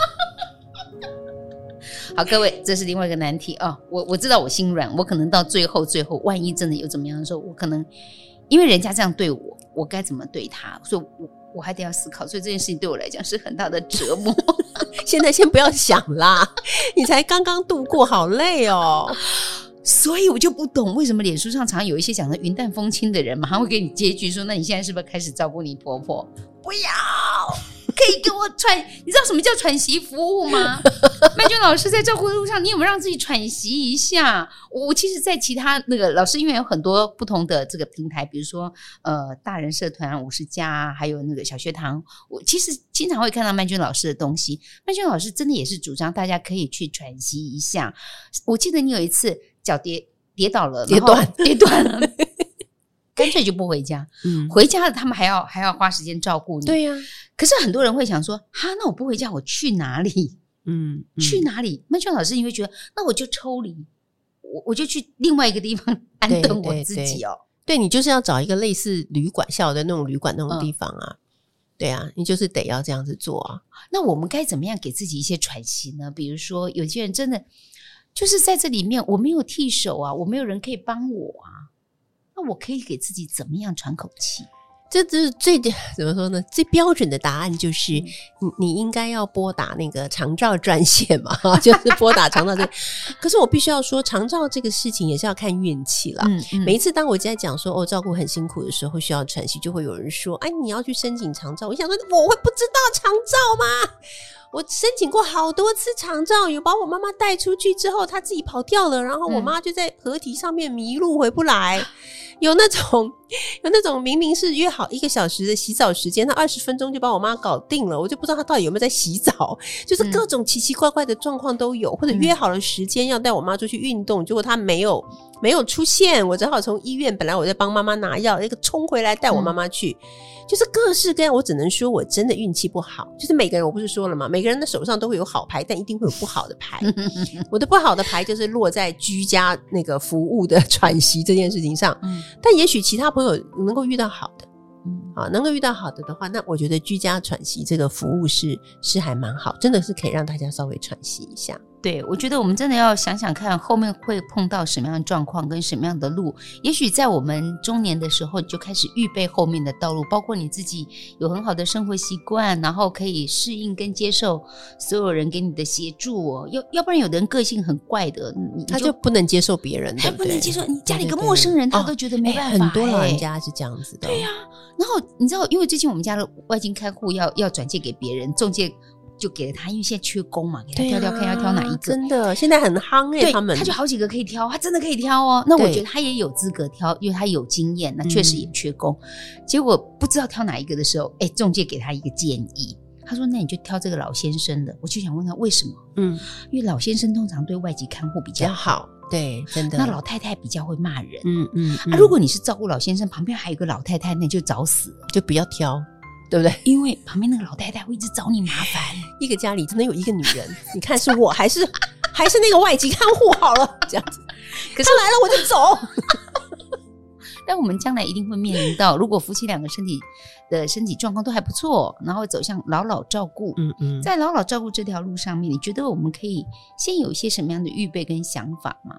好，各位，这是另外一个难题啊、哦！我我知道我心软，我可能到最后最后，万一真的有怎么样的时候，我可能因为人家这样对我，我该怎么对他？所以我我还得要思考，所以这件事情对我来讲是很大的折磨。 现在先不要想啦，你才刚刚度过，好累哦。 所以我就不懂为什么脸书上常有一些讲的云淡风轻的人马上会给你接句说，那你现在是不是开始照顾你婆婆？不要，可以给我喘，你知道什么叫喘息服务吗？曼娟老师在照顾的路上，你有没有让自己喘息一下？我其实在其他那个老师因为有很多不同的这个平台，比如说呃大人社团五十加，还有那个小学堂，我其实经常会看到曼娟老师的东西。曼娟老师真的也是主张大家可以去喘息一下。我记得你有一次脚跌跌倒了， 跌断跌断了，干脆就不回家。嗯，回家了他们还要还要花时间照顾你。 对呀、啊， 可是很多人会想说，哈，那我不回家，我去哪里？嗯，嗯去哪里？曼娟老师，你会觉得，那我就抽离，我我就去另外一个地方安顿我自己哦。 对, 对, 对, 对，你就是要找一个类似旅馆校的那种旅馆那种地方啊。嗯、对啊，你就是得要这样子做啊。 那我们该怎么样给自己一些喘息呢？比如说，有些人真的。就是在这里面我没有替手啊，我没有人可以帮我啊，那我可以给自己怎么样喘口气？ 这这最怎么说呢？最标准的答案就是你你应该要拨打那个长照专线嘛，就是拨打长照这。可是我必须要说，长照这个事情也是要看运气啦。嗯嗯、每一次当我在讲说哦照顾很辛苦的时候，需要喘息，就会有人说：“哎，你要去申请长照。”我想说，我会不知道长照吗？我申请过好多次长照，有把我妈妈带出去之后，她自己跑掉了，然后我妈就在河堤上面迷路回不来。嗯、有那种有那种明明是约好一个小时的洗澡时间，她二十分钟就把我妈搞定了，我就不知道她到底有没有在洗澡，就是各种奇奇怪怪的状况都有，嗯、或者约好了时间要带我妈出去运动，结果她没有没有出现，我只好从医院，本来我在帮妈妈拿药，那个冲回来带我妈妈去。嗯，就是各式各样，我只能说我真的运气不好。就是每个人，我不是说了吗？每个人的手上都会有好牌，但一定会有不好的牌。我的不好的牌就是落在居家那个服务的喘息这件事情上。嗯、但也许其他朋友能够遇到好的，嗯，啊，能够遇到好的的话，那我觉得居家喘息这个服务是是还蛮好，真的是可以让大家稍微喘息一下。 对，我觉得我们真的要想想看后面会碰到什么样的状况跟什么样的路，也许在我们中年的时候你就开始预备后面的道路，包括你自己有很好的生活习惯，然后可以适应跟接受所有人给你的协助哦。要要不然有的人个性很怪的，你他就不能接受别人， 还不能接受你家里个陌生人，对对对，他都觉得没办法。 哦欸、很多老人家是这样子的。 对呀、啊，然后你知道，因为最近我们家的外经看护要要转介给别人，中介就给了他，因为现在缺工嘛，给他挑挑看要挑哪一个。 真的，现在很夯耶、欸，他们他就好几个可以挑，他真的可以挑哦。那我觉得他也有资格挑，因为他有经验，那确实也缺工。嗯、结果不知道挑哪一个的时候，哎，中介给他一个建议，他说：“那你就挑这个老先生的。”我就想问他为什么？嗯，因为老先生通常对外籍看护比较好。 对，真的。 那老太太比较会骂人。 嗯嗯。嗯啊，如果你是照顾老先生，旁边还有一个老太太，那就找死了， 就不要挑。对不对？因为旁边那个老太太会一直找你麻烦。 一个家里真的有一个女人，你看是我还是还是那个外籍看护好了，这样子。可是来了我就走。 但我们将来一定会面临到，如果夫妻两个身体的身体状况都还不错，然后走向老老照顾，嗯嗯，在老老照顾这条路上面，你觉得我们可以先有一些什么样的预备跟想法吗？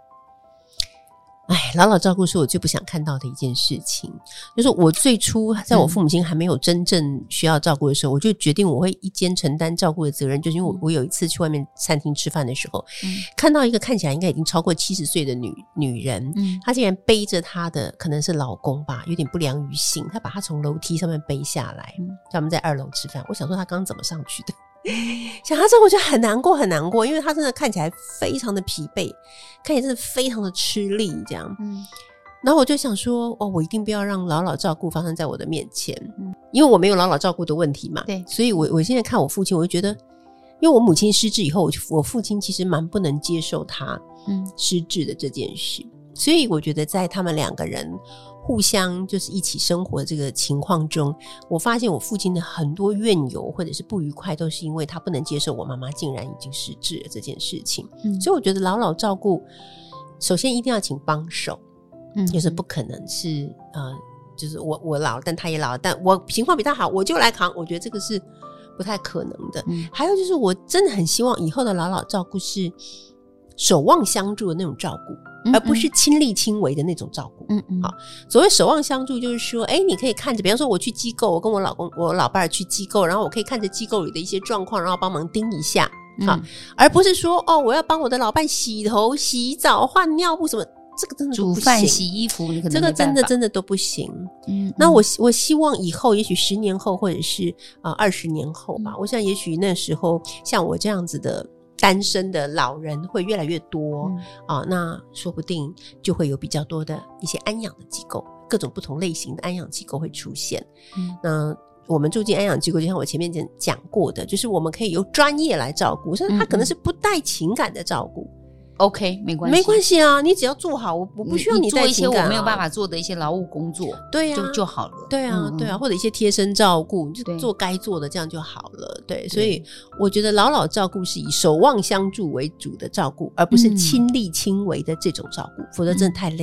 哎，老老照顾是我最不想看到的一件事情。就是我最初在我父母亲还没有真正需要照顾的时候，嗯、我就决定我会一肩承担照顾的责任。就是因为我我有一次去外面餐厅吃饭的时候，嗯、看到一个看起来应该已经超过七十岁的女女人，嗯、她竟然背着她的可能是老公吧，有点不良于行，她把她从楼梯上面背下来，嗯、叫我们在二楼吃饭。我想说她刚刚怎么上去的？想他这我就很难过很难过，因为他真的看起来非常的疲惫，看起来真的非常的吃力这样。嗯，然后我就想说，哦，我一定不要让老老照顾发生在我的面前，嗯，因为我没有老老照顾的问题嘛。对，所以我我现在看我父亲，我就觉得，因为我母亲失智以后，我我父亲其实蛮不能接受他嗯失智的这件事，嗯、所以我觉得在他们两个人互相就是一起生活的这个情况中，我发现我父亲的很多怨尤或者是不愉快都是因为他不能接受我妈妈竟然已经失智了这件事情。嗯，所以我觉得老老照顾首先一定要请帮手，嗯，就是不可能是呃，就是我我老了但他也老了，但我情况比他好我就来扛，我觉得这个是不太可能的。嗯，还有就是我真的很希望以后的老老照顾是守望相助的那种照顾，嗯嗯，而不是亲力亲为的那种照顾。嗯嗯，好，所谓守望相助就是说，哎，你可以看着，比方说我去机构，我跟我老公我老伴儿去机构，然后我可以看着机构里的一些状况，然后帮忙盯一下，好，嗯，而不是说哦，我要帮我的老伴洗头、洗澡、换尿布什么，这个真的都不行。煮饭、洗衣服，你可能这个真的真的都不行。嗯，那我我希望以后，也许十年后，或者是啊二十年后吧，嗯，我想也许那时候像我这样子的单身的老人会越来越多，嗯啊，那说不定就会有比较多的一些安养的机构，各种不同类型的安养机构会出现。嗯，那我们住进安养机构，就像我前面讲过的，就是我们可以由专业来照顾，甚至它可能是不带情感的照顾。 OK， 没关系， 没关系啊，你只要做好，我我不需要你带情感，啊， 你做一些我没有办法做的一些劳务工作， 对啊， 就就好了， 对啊，嗯嗯对啊，或者一些贴身照顾，你就做该做的，这样就好了，对，所以我觉得老老照顾是以守望相助为主的照顾，而不是亲力亲为的这种照顾，嗯，否则真的太累了。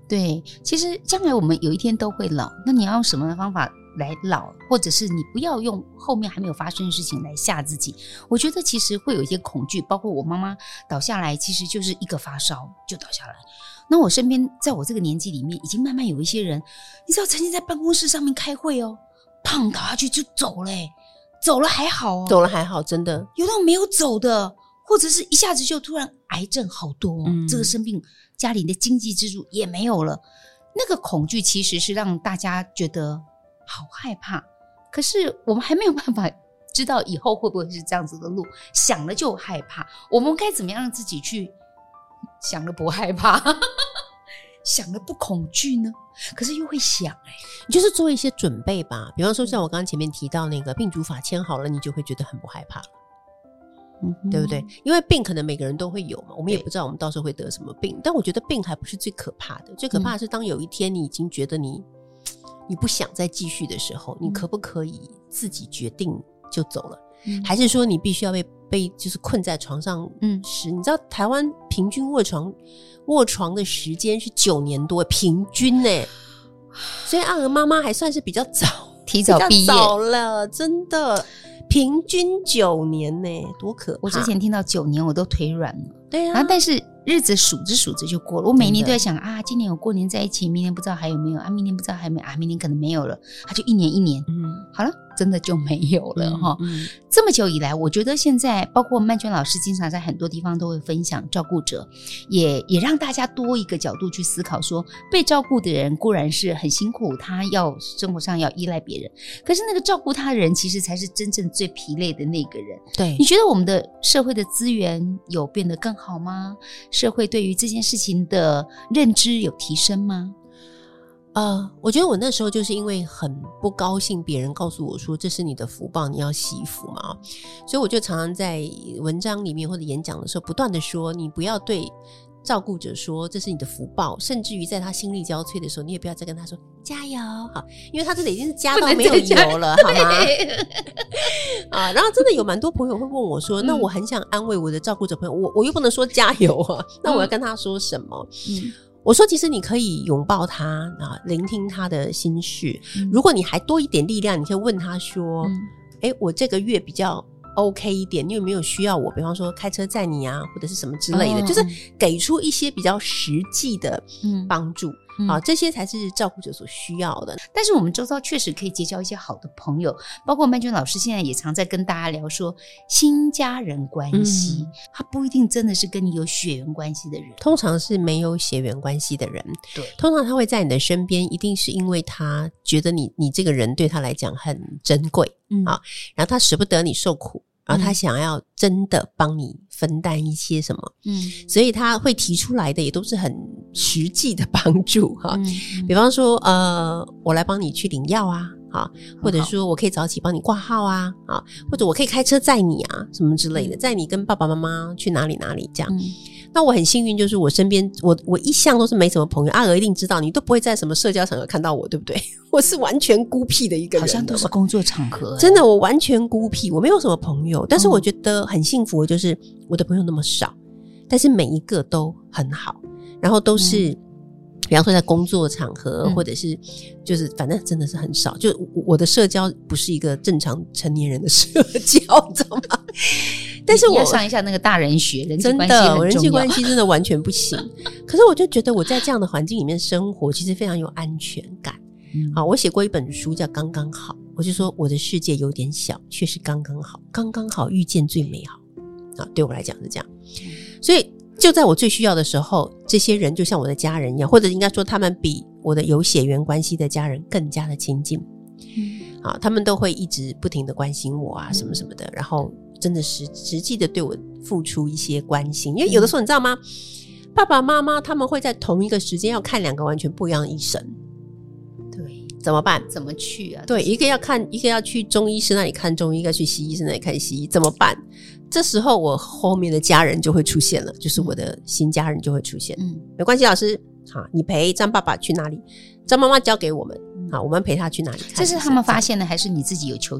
对，其实将来我们有一天都会老，那你要用什么方法来老，或者是你不要用后面还没有发生的事情来吓自己。我觉得其实会有一些恐惧，包括我妈妈倒下来其实就是一个发烧就倒下来。那我身边在我这个年纪里面已经慢慢有一些人，你知道曾经在办公室上面开会哦，砰倒下去就走了耶，走了还好哦， 走了还好，真的有那种没有走的，或者是一下子就突然癌症好多、哦嗯、这个生病家里的经济支柱也没有了，那个恐惧其实是让大家觉得好害怕，可是我们还没有办法知道以后会不会是这样子的路，想了就害怕，我们该怎么样让自己去想了不害怕想了不恐惧呢？可是又会想哎、欸， 你就是做一些准备吧，比方说像我刚刚前面提到那个病主法签好了，你就会觉得很不害怕，嗯，对不对？因为病可能每个人都会有嘛，我们也不知道我们到时候会得什么病，但我觉得病还不是最可怕的，最可怕的是当有一天你已经觉得你你不想再继续的时候，你可不可以自己决定就走了、嗯、还是说你必须要被被就是困在床上嗯时，你知道台湾平均卧床卧床的时间是九年多，平均耶，所以阿娥妈妈还算是比较早提早毕业， 比较早了，真的平均九年呢，多可怕！ 我之前听到九年我都腿软了， 对啊， 然后但是日子数着数着就过了，我每年都在想啊，今年有过年在一起，明年不知道还有没有啊，明年不知道还有没有啊，明年可能没有了，他就一年一年，嗯，好了，真的就没有了哈、嗯嗯。这么久以来，我觉得现在包括曼娟老师经常在很多地方都会分享照顾者，也也让大家多一个角度去思考说，被照顾的人固然是很辛苦，他要生活上要依赖别人，可是那个照顾他的人其实才是真正最疲累的那个人。 对， 你觉得我们的社会的资源有变得更好吗？社会对于这件事情的认知有提升吗？ 呃，我觉得我那时候就是因为很不高兴别人告诉我说这是你的福报，你要惜福嘛，所以我就常常在文章里面或者演讲的时候不断的说，你不要对照顾者说这是你的福报，甚至于在他心力交瘁的时候，你也不要再跟他说加油，好，因为他这里已经是加到没有油了，好吗？啊，然后真的有蛮多朋友会问我说、嗯、那我很想安慰我的照顾者朋友，我我又不能说加油啊，那我要跟他说什么？嗯，我说其实你可以拥抱他啊，聆听他的心事、嗯、如果你还多一点力量，你可以问他说哎、嗯，我这个月比较OK 一点，你有没有需要我比方说开车载你啊，或者是什么之类的、哦、就是给出一些比较实际的帮助、嗯、啊，这些才是照顾者所需要的。 但是我们周遭确实可以结交一些好的朋友，包括曼娟老师现在也常在跟大家聊说新家人关系、嗯、他不一定真的是跟你有血缘关系的人， 通常是没有血缘关系的人， 对， 通常他会在你的身边，一定是因为他觉得你你这个人对他来讲很珍贵、嗯、啊，然后他舍不得你受苦，然后他想要真的帮你分担一些什么，嗯，所以他会提出来的也都是很实际的帮助哈、嗯嗯，比方说呃，我来帮你去领药啊，啊，或者说我可以早起帮你挂号啊，啊，或者我可以开车载你啊，什么之类的，载你跟爸爸妈妈去哪里哪里这样。嗯，那我很幸运，就是我身边我我一向都是没什么朋友，阿娥一定知道，你都不会在什么社交场合看到我，对不对？我是完全孤僻的一个人， 好像都是工作场合、欸， 真的我完全孤僻，我没有什么朋友，但是我觉得很幸福的就是我的朋友那么少，但是每一个都很好，然后都是、嗯、比方说在工作场合、嗯、或者是就是反正真的是很少，就我的社交不是一个正常成年人的社交，知道吗？但是我要上一下那个大人学，人际关系很重要， 真的，我人际关系真的完全不行。可是我就觉得我在这样的环境里面生活，其实非常有安全感。嗯、好，我写过一本书叫《刚刚好》，我就说我的世界有点小，却是刚刚好，刚刚好遇见最美好。啊，对我来讲是这样。所以就在我最需要的时候，这些人就像我的家人一样，或者应该说他们比我的有血缘关系的家人更加的亲近。嗯，啊，他们都会一直不停的关心我啊，什么什么的，然后真的实实际的对我付出一些关心。因为有的时候你知道吗，爸爸妈妈他们会在同一个时间要看两个完全不一样的医生， 对， 怎么办？ 怎么去啊？ 对，一个要看，一个要去中医师那里看中医，一个去西医师那里看西医，怎么办？这时候我后面的家人就会出现了，就是我的新家人就会出现。嗯，没关系，老师，好，你陪张爸爸去哪里？张妈妈交给我们，好，我们陪他去哪里看？ 这是他们发现的，还是你自己有求救？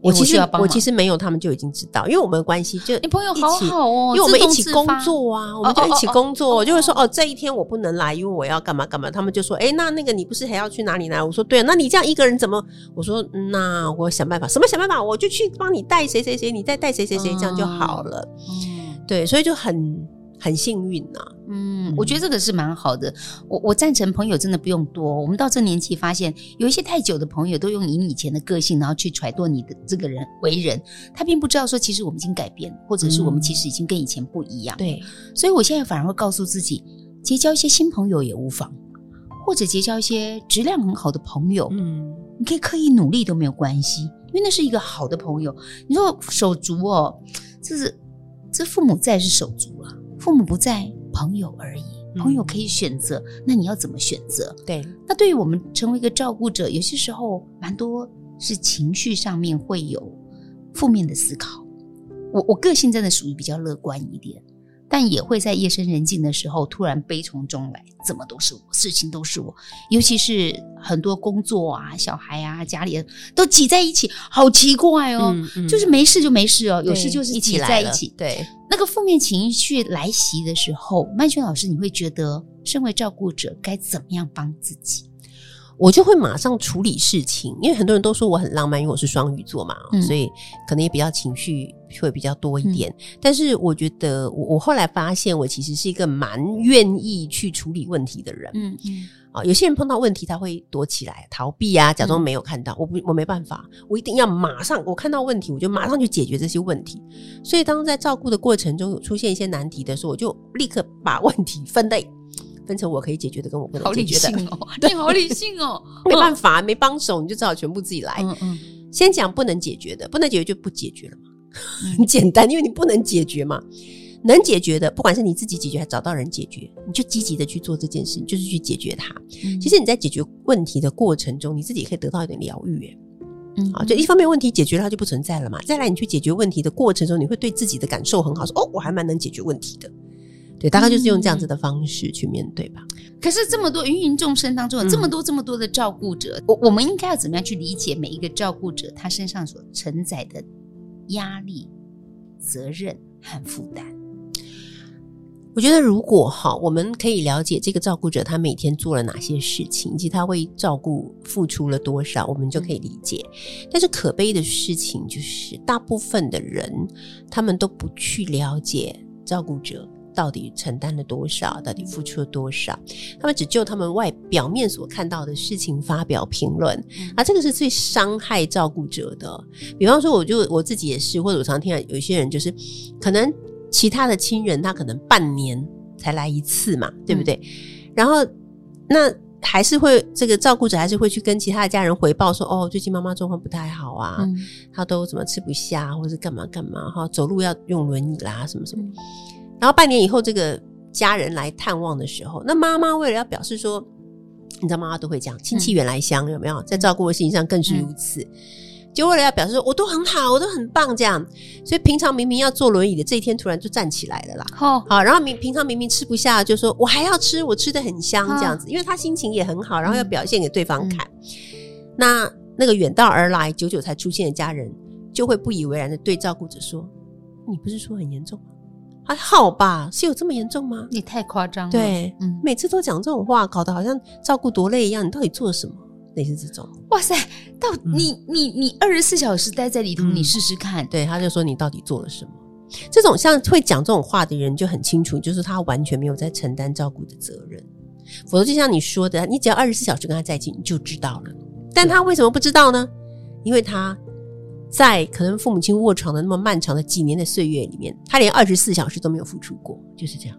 我其实我, 我其实没有，他们就已经知道，因为我们的关系就你朋友好好哦， 因为我们一起工作啊，我们就一起工作，哦哦哦哦就会说哦，这一天我不能来，因为我要干嘛干嘛。他们就说，哎，那那个你不是还要去哪里来？我说对啊，那你这样一个人怎么？我说那我想办法，什么想办法？我就去帮你带谁谁谁，你再带谁谁谁，这样就好了。嗯，对，所以就很。很幸运呐、啊， 嗯，我觉得这个是蛮好的。我我赞成朋友真的不用多。我们到这年纪发现，有一些太久的朋友都用你以前的个性，然后去揣度你的这个人为人，他并不知道说，其实我们已经改变，或者是我们其实已经跟以前不一样。对、嗯，所以我现在反而会告诉自己，结交一些新朋友也无妨，或者结交一些质量很好的朋友，嗯，你可以刻意努力都没有关系，因为那是一个好的朋友。你说手足哦，这是这父母在是手足啊。父母不在，朋友而已。朋友可以选择、嗯，那你要怎么选择？对，那对于我们成为一个照顾者，有些时候蛮多是情绪上面会有负面的思考。我我个性真的属于比较乐观一点，但也会在夜深人静的时候突然悲从中来，怎么都是我，事情都是我，尤其是很多工作啊、小孩啊、家里人都挤在一起，好奇怪哦、嗯嗯、就是没事就没事哦，有事就是挤在一起。对，那个负面情绪来袭的时候，曼萱老师，你会觉得身为照顾者该怎么样帮自己？ 我就会马上处理事情，因为很多人都说我很浪漫，因为我是双鱼座嘛、嗯、所以可能也比较情绪会比较多一点、嗯、但是我觉得 我, 我后来发现我其实是一个蛮愿意去处理问题的人。嗯嗯啊，有些人碰到问题他会躲起来逃避啊，假装没有看到、嗯、我不我没办法，我一定要马上，我看到问题我就马上去解决这些问题。所以当在照顾的过程中有出现一些难题的时候，我就立刻把问题分类分成我可以解决的跟我不能解决的。 好理性哦，你好理性哦。 没办法，没帮手，你就只好全部自己来。嗯嗯，先讲不能解决的，不能解决就不解决了嘛，嗯、很简单，因为你不能解决嘛。能解决的，不管是你自己解决还是找到人解决，你就积极的去做这件事，你就是去解决它。嗯、其实你在解决问题的过程中，你自己也可以得到一点疗愈耶。嗯，好，就一方面问题解决了，它就不存在了嘛。再来，你去解决问题的过程中，你会对自己的感受很好，说哦，我还蛮能解决问题的。对，大概就是用这样子的方式去面对吧。 可是这么多芸芸众生当中有这么多这么多的照顾者、嗯、我, 我们应该要怎么样去理解每一个照顾者他身上所承载的压力、责任和负担？ 我觉得如果好，我们可以了解这个照顾者他每天做了哪些事情，以及他为照顾付出了多少，我们就可以理解。但是可悲的事情就是大部分的人他们都不去了解照顾者到底承担了多少，到底付出了多少，他们只就他们外表面所看到的事情发表评论、嗯、啊，这个是最伤害照顾者的。比方说我就我自己也是，或者我常听到有一些人就是可能其他的亲人他可能半年才来一次嘛，对不对、嗯、然后那还是会这个照顾者还是会去跟其他的家人回报说，哦，最近妈妈状况不太好啊、嗯、她都怎么吃不下或是干嘛干嘛哈，走路要用轮椅啦什么什么、嗯，然后半年以后这个家人来探望的时候，那妈妈为了要表示说，你知道妈妈都会这样，亲戚远来乡、嗯、有没有，在照顾的事情上更是如此、嗯、就为了要表示说我都很好，我都很棒这样，所以平常明明要坐轮椅的这一天突然就站起来了啦、哦、好，然后平常明明吃不下就说我还要吃，我吃得很香这样子、哦、因为他心情也很好，然后要表现给对方看、嗯、那那个远道而来久久才出现的家人就会不以为然的对照顾者说，你不是说很严重吗？还好吧，是有这么严重吗？ 你太夸张了。 对、嗯、每次都讲这种话，搞得好像照顾多累一样，你到底做了什么？类似这种。 哇塞，到你、嗯、你你二十四小时待在里头、嗯、你试试看。 对，他就说你到底做了什么？这种像会讲这种话的人就很清楚，就是他完全没有在承担照顾的责任。否则就像你说的，你只要二十四小时跟他在一起你就知道了。但他为什么不知道呢？因为他在可能父母亲卧床的那么漫长的几年的岁月里面，他连二十四小时都没有付出过，就是这样。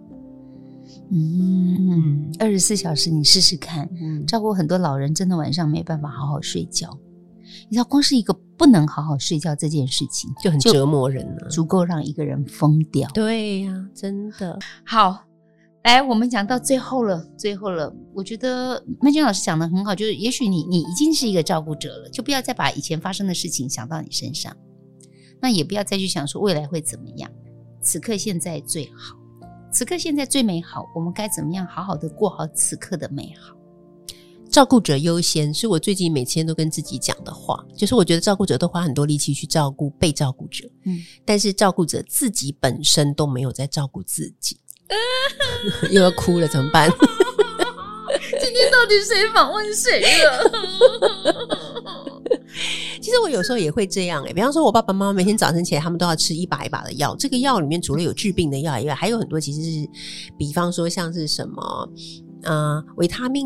嗯，二十四小时你试试看、嗯、照顾很多老人真的晚上没办法好好睡觉。你知道光是一个不能好好睡觉这件事情就很折磨人了， 足够让一个人疯掉。 对呀、啊，真的。 好，来我们讲到最后了最后了，我觉得曼萱老师讲得很好，就是也许你你已经是一个照顾者了，就不要再把以前发生的事情想到你身上，那也不要再去想说未来会怎么样，此刻现在最好，此刻现在最美好，我们该怎么样好好的过好此刻的美好。 照顾者优先是我最近每天都跟自己讲的话，就是我觉得照顾者都花很多力气去照顾被照顾者，嗯，但是照顾者自己本身都没有在照顾自己，又要哭了怎么办？ 今天到底谁访问谁了？ 其实我有时候也会这样、欸、比方说我爸爸妈妈每天早晨起来他们都要吃一把一把的药，这个药里面除了有治病的药以外，还有很多其实是比方说像是什么呃维他命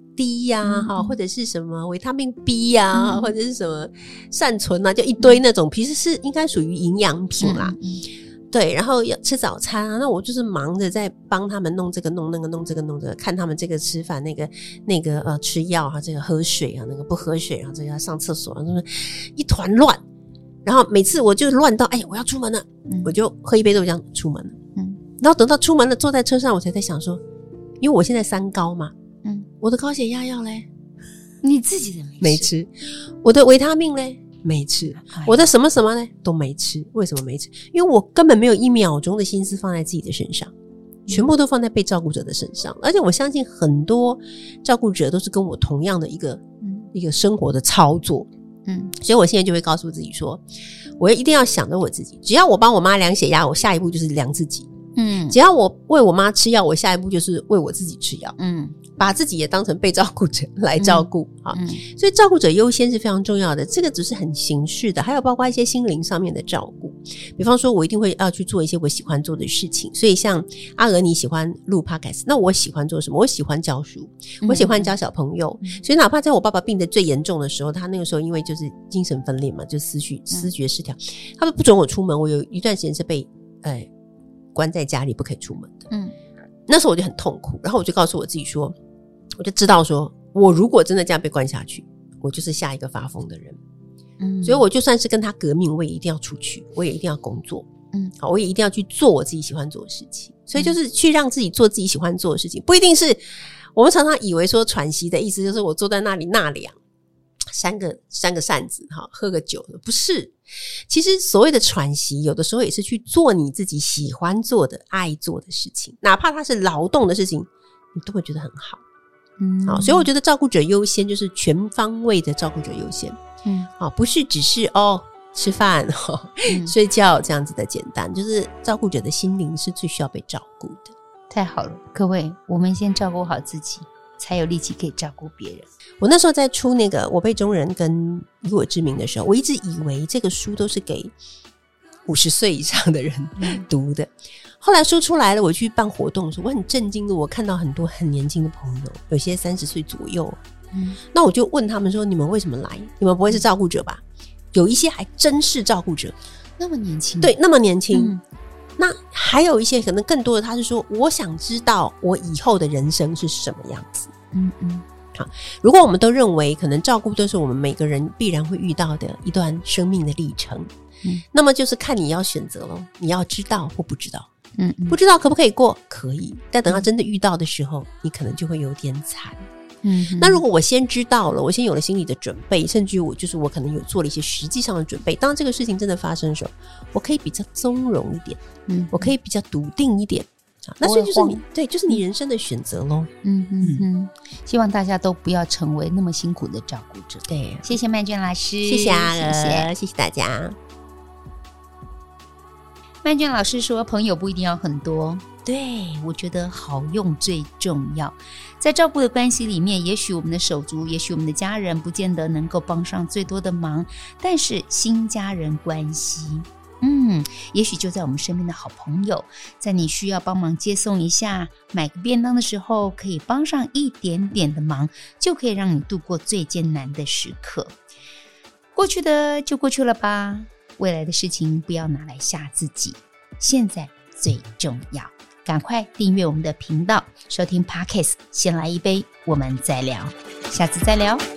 D 呀、啊嗯、或者是什么维他命 B 呀、啊嗯、或者是什么善存啊，就一堆那种其实是应该属于营养品啦、嗯嗯、对，然后要吃早餐啊，那我就是忙着在帮他们弄这个弄那个弄这个弄这个，看他们这个吃饭那个那个呃吃药啊，这个喝水啊，那个不喝水啊，这个要上厕所啊，一团乱。然后每次我就乱到哎呀我要出门了、嗯、我就喝一杯豆浆出门了、嗯、然后等到出门了坐在车上我才在想说，因为我现在三高嘛，嗯，我的高血压药嘞， 你自己的没吃，没吃，我的维他命嘞没吃，我的什么什么呢都没吃。为什么没吃？因为我根本没有一秒钟的心思放在自己的身上，全部都放在被照顾者的身上。而且我相信很多照顾者都是跟我同样的一个、嗯、一个生活的操作。嗯，所以我现在就会告诉自己说，我一定要想着我自己，只要我帮我妈量血压，我下一步就是量自己。嗯，只要我喂我妈吃药，我下一步就是喂我自己吃药。嗯，把自己也当成被照顾者来照顾、嗯啊嗯、所以照顾者优先是非常重要的，这个只是很形式的，还有包括一些心灵上面的照顾。比方说我一定会要去做一些我喜欢做的事情，所以像阿娥你喜欢录 podcast， 那我喜欢做什么？我喜欢教书，我喜欢教小朋友、嗯、所以哪怕在我爸爸病得最严重的时候，他那个时候因为就是精神分裂嘛，就思绪思觉失调、嗯、他们不准我出门，我有一段时间是被呃关在家里不可以出门的。嗯，那时候我就很痛苦，然后我就告诉我自己说，我就知道说我如果真的这样被关下去，我就是下一个发疯的人。嗯，所以我就算是跟他革命，我也一定要出去，我也一定要工作。嗯，好，我也一定要去做我自己喜欢做的事情。所以就是去让自己做自己喜欢做的事情，不一定是我们常常以为说喘息的意思就是我坐在那里纳凉，扇个扇个扇子，喝个酒，不是。其实所谓的喘息有的时候也是去做你自己喜欢做的爱做的事情，哪怕它是劳动的事情你都会觉得很好。嗯，好，所以我觉得照顾者优先就是全方位的照顾者优先。嗯，好，不是只是哦吃饭、哦嗯、睡觉这样子的简单，就是照顾者的心灵是最需要被照顾的。 太好了，各位，我们先照顾好自己，才有力气可以照顾别人。 我那时候在出那个我辈中人跟以我之名的时候，我一直以为这个书都是给五十岁以上的人读的、嗯、后来书出来了，我去办活动的时候，我很震惊的，我看到很多很年轻的朋友，有些三十岁左右、嗯、那我就问他们说，你们为什么来？你们不会是照顾者吧？有一些还真是照顾者， 那么年轻， 对，那么年轻、嗯、那还有一些可能更多的他是说，我想知道我以后的人生是什么样子。嗯嗯，好，如果我们都认为可能照顾都是我们每个人必然会遇到的一段生命的历程、嗯、那么就是看你要选择咯，你要知道或不知道。嗯, 嗯，不知道可不可以过？可以，但等到真的遇到的时候、嗯、你可能就会有点惨。嗯，那如果我先知道了，我先有了心理的准备，甚至于我就是我可能有做了一些实际上的准备，当这个事情真的发生的时候，我可以比较从容一点，嗯，我可以比较笃定一点。那所以就是你对，就是你人生的选择咯。嗯嗯嗯， 希望大家都不要成为那么辛苦的照顾者。 对， 谢谢曼娟老师， 谢谢啊，谢谢，谢谢大家。 曼娟老师说，朋友不一定要很多，对，我觉得好用最重要。在照顾的关系里面，也许我们的手足，也许我们的家人不见得能够帮上最多的忙，但是新家人关系，嗯，也许就在我们身边的好朋友，在你需要帮忙接送一下，买个便当的时候，可以帮上一点点的忙，就可以让你度过最艰难的时刻。过去的就过去了吧，未来的事情不要拿来吓自己，现在最重要。赶快订阅我们的频道，收听 Podcast， 先来一杯，我们再聊，下次再聊。